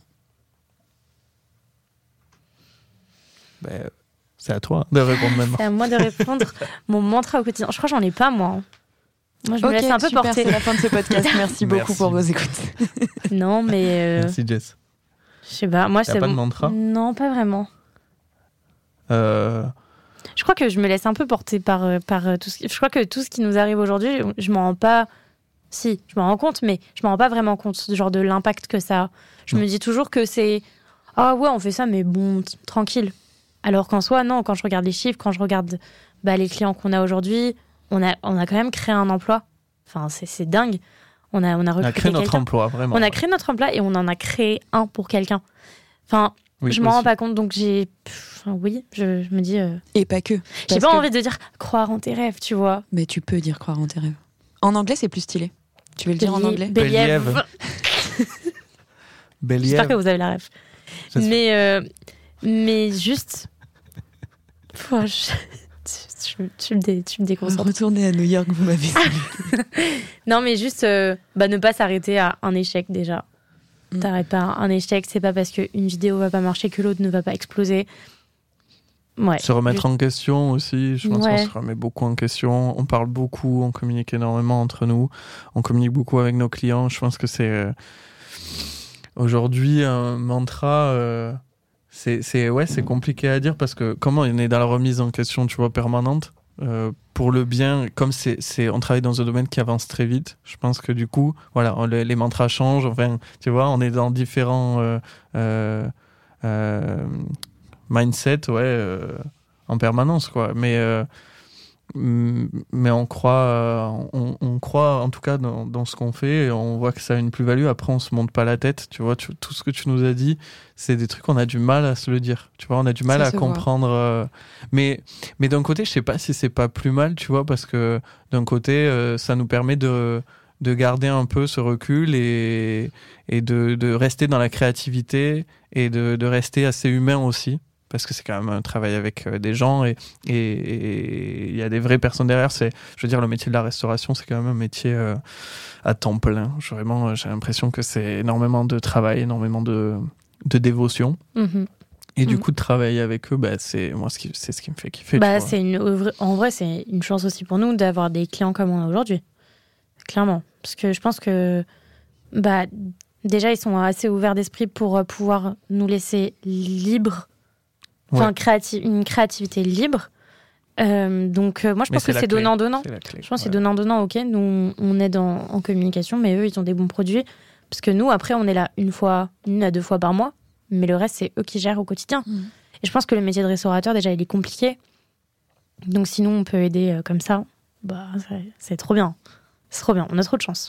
Ben, c'est à toi de répondre maintenant. C'est à moi de répondre. Mon mantra au quotidien. Je crois que j'en ai pas, moi. hein. Moi, je me Ok, laisse un peu super, porter. c'est la fin de ce podcast. Merci beaucoup Merci. pour vos écoutes. Non, mais. euh, Merci, Jess. je sais pas. Moi, T'as c'est. pas de mantra Non, pas vraiment. Euh, Je crois que je me laisse un peu porter par, euh, par euh, tout ce qui... Je crois que tout ce qui nous arrive aujourd'hui, je m'en rends pas... Si, je m'en rends compte, mais je m'en rends pas vraiment compte, genre de l'impact que ça a. Je Non. me dis toujours que c'est... Ah ouais, on fait ça, mais bon, t- tranquille. Alors qu'en soi, non, quand je regarde les chiffres, quand je regarde bah, les clients qu'on a aujourd'hui, on a, on a quand même créé un emploi. Enfin, c'est, c'est dingue. On a, on a on recruté a créé notre quelqu'un. emploi, vraiment. On a créé notre emploi et on en a créé un pour quelqu'un. Enfin, Oui, je m'en rends aussi. pas compte, donc j'ai... pff, enfin, oui, je, je me dis... euh, Et pas que. j'ai Parce pas que- envie de dire croire en tes rêves, tu vois. Mais tu peux dire croire en tes rêves. En anglais, c'est plus stylé. Tu veux le dire en Bélier- anglais Béliève. Béliève. Bélier. J'espère que vous avez la rêve. J'espère. Mais, euh, mais juste. Pouah, je- tu, tu- tu me dé- tu me déconcentres. Retournez à New York, vous m'avez dit. Non, mais juste euh, bah, ne pas s'arrêter à un échec déjà. Mm. T'arrêtes pas à un échec, c'est pas parce qu'une vidéo va pas marcher que l'autre ne va pas exploser. Ouais. Se remettre Juste... en question aussi, je pense ouais. qu'on se remet beaucoup en question. On parle beaucoup, on communique énormément entre nous, on communique beaucoup avec nos clients. Je pense que c'est euh, aujourd'hui un mantra. Euh, c'est, c'est, ouais, c'est compliqué à dire parce que comment on est dans la remise en question, tu vois, permanente. Euh, pour le bien, comme c'est, c'est, on travaille dans un domaine qui avance très vite, je pense que du coup, voilà, on, les, les mantras changent. Enfin, tu vois, on est dans différents. Euh, euh, euh, mindset ouais euh, en permanence quoi mais euh, mais on croit euh, on, on croit en tout cas dans, dans ce qu'on fait et on voit que ça a une plus-value. Après on se monte pas la tête, tu vois, tu, tout ce que tu nous as dit c'est des trucs qu'on a du mal à se le dire, tu vois, on a du mal ça à comprendre euh, mais mais d'un côté je sais pas si c'est pas plus mal, tu vois, parce que d'un côté euh, ça nous permet de de garder un peu ce recul et, et de, de rester dans la créativité et de, de rester assez humain aussi, parce que c'est quand même un travail avec des gens et il et, et y a des vraies personnes derrière. C'est, je veux dire, le métier de la restauration, c'est quand même un métier euh, à temps plein. Je, vraiment, j'ai l'impression que c'est énormément de travail, énormément de, de dévotion. Mm-hmm. Et du mmh. coup, de travailler avec eux, bah, c'est, moi, ce qui, c'est ce qui me fait kiffer. Bah, c'est une, en vrai, c'est une chance aussi pour nous d'avoir des clients comme on a aujourd'hui. Clairement. Parce que je pense que bah, déjà, ils sont assez ouverts d'esprit pour pouvoir nous laisser libres, enfin, ouais. créati- une créativité libre. Euh, donc, euh, moi, je mais pense c'est que c'est donnant-donnant. Je pense ouais. que c'est donnant-donnant, ok. Nous, on est dans, en communication, mais eux, ils ont des bons produits. Parce que nous, après, on est là une fois, une à deux fois par mois. Mais le reste, c'est eux qui gèrent au quotidien. Mmh. Et je pense que le métier de restaurateur, déjà, il est compliqué. Donc, sinon, on peut aider euh, comme ça. Bah, c'est, c'est trop bien. C'est trop bien, on a trop de chance.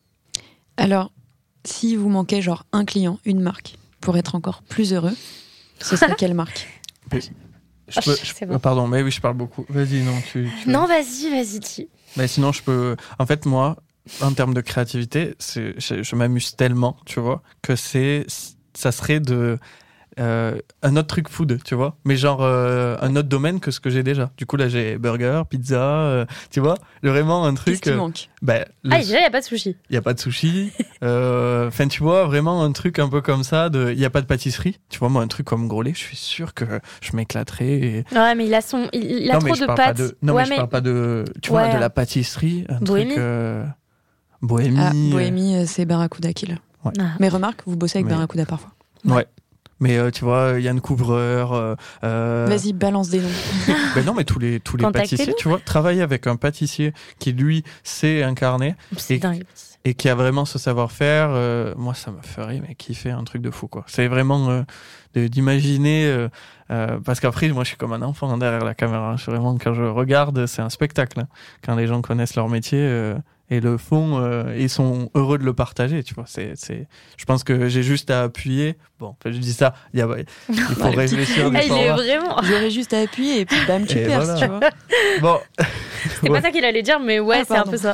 Alors, si vous manquez genre un client, une marque, pour être encore plus heureux, ce serait quelle marque ? Mais, je peux, je, bon. Pardon, mais oui, je parle beaucoup. Vas-y, non, tu... tu non, vas-y, vas-y, tu... Mais sinon, je peux... En fait, moi, en termes de créativité, c'est, je, je m'amuse tellement, tu vois, que c'est... Ça serait de... Euh, un autre truc food, tu vois, mais genre euh, un autre domaine que ce que j'ai déjà. Du coup là j'ai burger, pizza, euh, tu vois, vraiment un truc. Qu'est-ce qui manque ? Bah, le... Ah déjà il y a pas de sushi. Il y a pas de sushi. Enfin euh, tu vois vraiment un truc un peu comme ça. De, il y a pas de pâtisserie. Tu vois moi un truc comme Grolet, je suis sûr que je m'éclaterais. Et... Ouais mais il a son, il, il a non, trop de pâtes. De... Non ouais, mais, mais je parle pas de, tu ouais. vois, de la pâtisserie, un Bohémie. truc. Euh... Bohémie. Ah, Bohémie, c'est Barracuda Kill. Ouais. Ah. Mais remarque, vous bossez avec mais... Barracuda parfois. Ouais. ouais. Mais euh, tu vois, Yann Couvreur. Euh, Vas-y, balance des noms. Ben non, mais tous les tous les pâtissiers, tu vois, travailler avec un pâtissier qui lui sait incarner et, et qui a vraiment ce savoir-faire. Euh, moi, ça me ferait mais kiffer un truc de fou quoi. C'est vraiment euh, de, d'imaginer euh, euh, parce qu'après, moi, je suis comme un enfant derrière la caméra. Je suis vraiment quand je regarde, c'est un spectacle. Hein. Quand les gens connaissent leur métier. Euh, et le font euh, et sont heureux de le partager, tu vois. C'est, c'est... Je pense que j'ai juste à appuyer. Bon, enfin, je dis ça, il, y a... il faut réfléchir des il est vraiment... J'aurais juste à appuyer et puis bam, tu et perces, voilà. Tu vois. Bon. C'est ouais. pas ça qu'il allait dire, mais ouais, ah, c'est pardon. Un peu ça.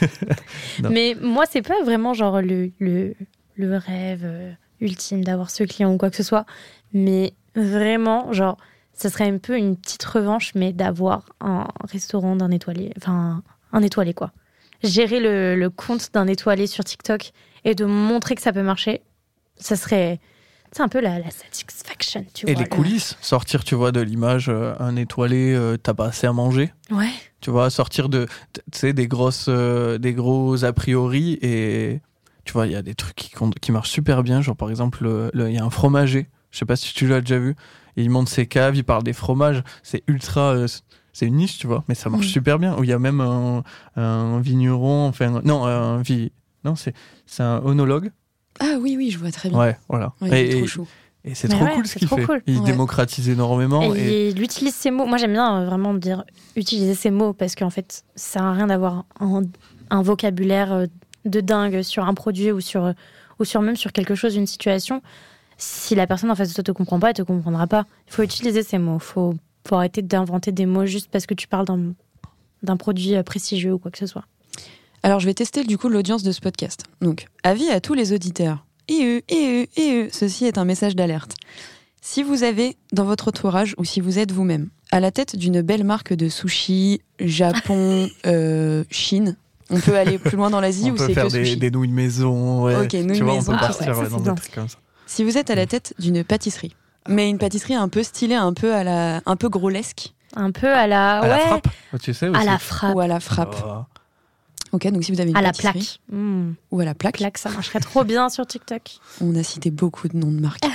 Mais moi, c'est pas vraiment genre le, le, le rêve euh, ultime d'avoir ce client ou quoi que ce soit, mais vraiment, genre, ça serait un peu une petite revanche, mais d'avoir un restaurant d'un étoilé, enfin, un étoilé, quoi. Gérer le, le compte d'un étoilé sur TikTok et de montrer que ça peut marcher, ça serait c'est un peu la, la satisfaction, tu et vois. Et les coulisses, là. Sortir, tu vois, de l'image, euh, un étoilé, euh, t'as pas assez à manger. Ouais. Tu vois, sortir de, tu sais, des grosses, euh, des gros a priori et tu vois, il y a des trucs qui, qui marchent super bien. Genre, par exemple, il y a un fromager. Je sais pas si tu l'as déjà vu. Il monte ses caves, il parle des fromages. C'est ultra... Euh, c'est une niche, tu vois, mais ça marche mmh. super bien. Où il y a même un, un vigneron, enfin, non, un vi, non, c'est, c'est un onologue. Ah oui, oui, je vois très bien. Ouais, voilà. Ouais, et, c'est trop chou. Et c'est mais trop ouais, cool ce qu'il fait. Cool. Il ouais. démocratise énormément. Et, et... il utilise ses mots. Moi, j'aime bien euh, vraiment dire utiliser ses mots parce qu'en fait, ça sert à rien d'avoir un, un vocabulaire de dingue sur un produit ou sur, ou sur même sur quelque chose, une situation. Si la personne en face de toi te comprend pas, elle te comprendra pas. Il faut utiliser ses mots. Il faut faut arrêter d'inventer des mots juste parce que tu parles d'un, d'un produit prestigieux ou quoi que ce soit. Alors, je vais tester du coup l'audience de ce podcast. Donc, avis à tous les auditeurs. Et eux, et eux, et eux. Ceci est un message d'alerte. Si vous avez dans votre entourage ou si vous êtes vous-même à la tête d'une belle marque de sushi, Japon, euh, Chine, on peut aller plus loin dans l'Asie on ou c'est que sushi ? On peut faire des nouilles maison. Ouais. Ok, nouilles tu vois, maison. on peut partir ah, ouais, dans des trucs comme ça. Si vous êtes à la tête d'une pâtisserie, Mais une pâtisserie un peu stylée, un peu à la, un peu grolesque. Un peu à la, À ouais, la frappe, tu sais aussi. à la frappe, Ou à la frappe. Oh. Ok, donc si vous avez une à la pâtisserie. plaque. Mmh. Ou à la plaque. Plaque, ça marcherait trop bien sur TikTok. On a cité beaucoup de noms de marques.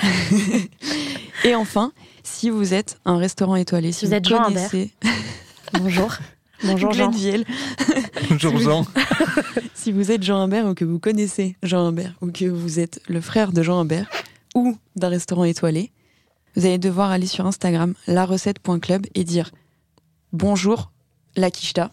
Et enfin, si vous êtes un restaurant étoilé, si Vous vous, êtes Jean connaissez Bonjour. Bonjour Jean. Glenviel, Bonjour Jean. si vous êtes Jean Humbert ou que vous connaissez Jean Humbert ou que vous êtes le frère de Jean Humbert ou d'un restaurant étoilé, vous allez devoir aller sur Instagram, la recette point club et dire bonjour la quicheta,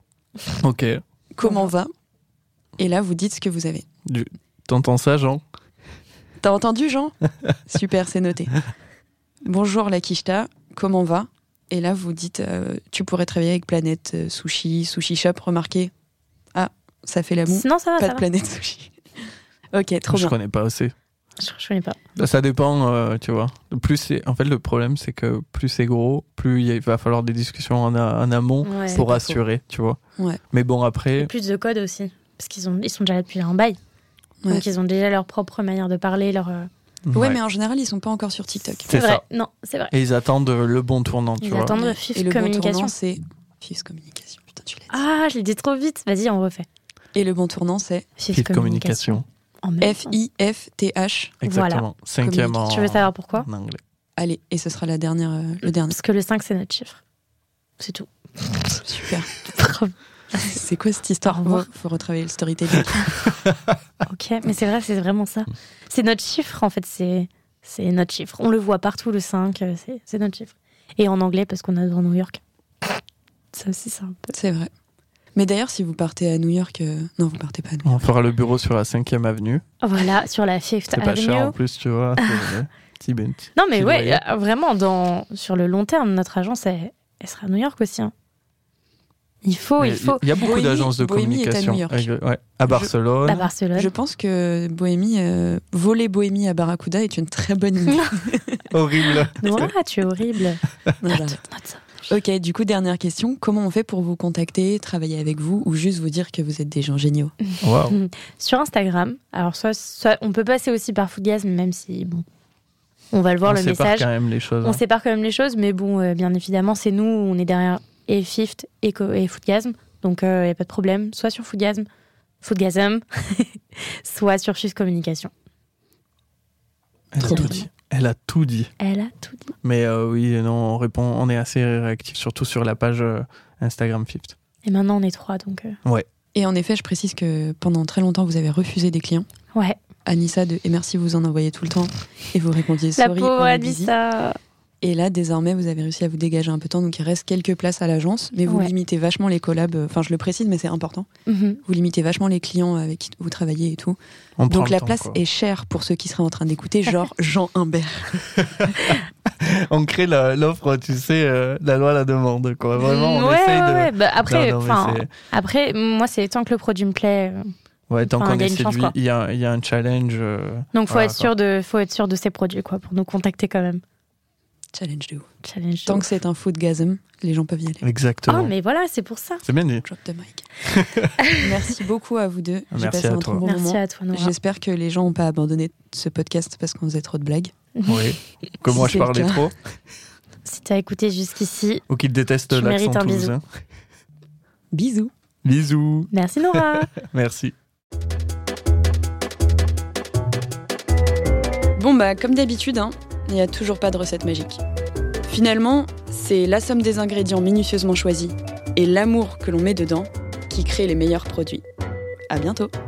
Ok. comment va? Et là, vous dites ce que vous avez. Du... T'entends ça, Jean? T'as entendu, Jean? Super, c'est noté. Bonjour la quicheta, comment va? Et là, vous dites, euh, tu pourrais travailler avec Planète euh, Sushi, Sushi Shop, remarquez. Ah, ça fait la moue. Sinon, ça va, Pas ça de va. Planète Sushi. Ok, trop Je bien. connais pas assez. Je, je connais pas. Bah, ça dépend, euh, tu vois. Plus c'est... En fait, le problème, c'est que plus c'est gros, plus il va falloir des discussions en, a- en amont Ouais. pour pas assurer, tu vois. Ouais. Mais bon, Et après, plus de code aussi. Parce qu'ils ont, ils sont déjà là depuis un bail. Ouais. Donc ils ont déjà leur propre manière de parler. Leur... euh, Ouais, mais en général, ils sont pas encore sur TikTok. C'est vrai. ça. Non, c'est vrai. Et ils attendent le bon tournant, tu Ils vois. attendent Ouais. Fifth Et le bon Communication. tournant, c'est Fifth Communication. Putain, tu l'as dit. Ah, je l'ai dit trop vite. Vas-y, on refait. Et le bon tournant, c'est Fifth Communication. En même F temps. I F T H. Exactement. Cinquième en... Tu veux savoir pourquoi? en anglais. Allez, et ce sera la dernière, euh, le dernier. Parce que le cinq, c'est notre chiffre. C'est tout. Super. Bravo. C'est quoi cette histoire? Au revoir. Faut, faut retravailler le storytelling. Ok, mais c'est vrai, c'est vraiment ça. C'est notre chiffre, en fait. C'est, c'est notre chiffre. On le voit partout, le cinq. euh, C'est, c'est notre chiffre. Et en anglais, parce qu'on adore New York. Ça aussi, c'est un peu... C'est vrai. Mais d'ailleurs, si vous partez à New York... euh, Non, vous partez pas à New York. On fera le bureau sur la cinquième avenue. Voilà, sur la Fifth C'est pas cher en Avenue. plus, tu vois. C'est- Petit ben- Non, mais petit ouais, loyer. euh, vraiment, dans... sur le long terme, notre agence, elle, elle sera à New York aussi. hein. Il faut, Mais il faut. Il y a beaucoup Bohémie- d'agences de Bohémie est à communication. New York. Avec- ouais. À Barcelone. À Barcelone. Je pense que Bohémie, euh, voler Bohémie à Barracuda est une très bonne idée. Horrible. Voilà, tu es horrible. Non, j'arrête. Note ça. Ok, du coup, dernière question. Comment on fait pour vous contacter, travailler avec vous ou juste vous dire que vous êtes des gens géniaux? Waouh. Sur Instagram, alors soit, soit on peut passer aussi par Foodgasm, même si, bon, on va le voir On le sépare message. quand même les choses. On hein. sépare quand même les choses, mais bon, euh, bien évidemment, c'est nous, on est derrière et Fifth et, Co- et Foodgasm, donc il n'y a pas de problème. Soit sur Foodgasm, Foodgasm, soit sur Fifth Communication. Elle a Trop tout bien. dit. Elle a tout dit. Elle a tout dit. Mais euh, oui, non, on répond, on est assez réactif, surtout sur la page euh, Instagram Fifth. Et maintenant, on est trois, donc euh, Et en effet, je précise que pendant très longtemps, vous avez refusé des clients. ouais. Anissa de Et merci, vous en envoyez tout le temps. Et vous répondiez La sorry, pauvre on est busy. Anissa. Et là, désormais, vous avez réussi à vous dégager un peu de temps. Donc, il reste quelques places à l'agence. Mais vous Ouais. limitez vachement les collabs. Enfin, je le précise, mais c'est important. Mhm. Vous limitez vachement les clients avec qui vous travaillez et tout. On prend Donc, le la temps, place quoi. est chère pour ceux qui seraient en train d'écouter, genre Jean Humbert. On crée la- l'offre, tu sais, euh, la loi, la demande, quoi. Vraiment, on ouais, essaye ouais, de. ouais. Bah, après, Non, non, mais enfin, c'est- après, moi, c'est tant que le produit me plaît. euh, Ouais, tant enfin, qu'on il y a est une chance, séduit, quoi. il y a, il y a un challenge. euh, Donc, faut voilà, être sûr de, faut être sûr de ces produits, quoi, pour nous contacter quand même. Challenge de ouf. Challenge. Tant que c'est un foodgasm, les gens peuvent y aller. quoi. Exactement. Oh, mais voilà, c'est pour ça. C'est bien dit. Drop the mic. Merci beaucoup à vous deux. J'ai Merci passé à un toi. trop bon Merci moment. à toi, Nora. J'espère que les gens n'ont pas abandonné ce podcast parce qu'on faisait trop de blagues. Oui. Que Si moi, c'est je le parlais cas. trop. Si t'as écouté jusqu'ici, Ou qu'ils détestent Tu l'accent mérites un bisou. toulousain. Bisous. Bisous. merci Nora. Merci. Bon bah comme d'habitude, hein, il n'y a toujours pas de recette magique. Finalement, c'est la somme des ingrédients minutieusement choisis et l'amour que l'on met dedans qui crée les meilleurs produits. À bientôt.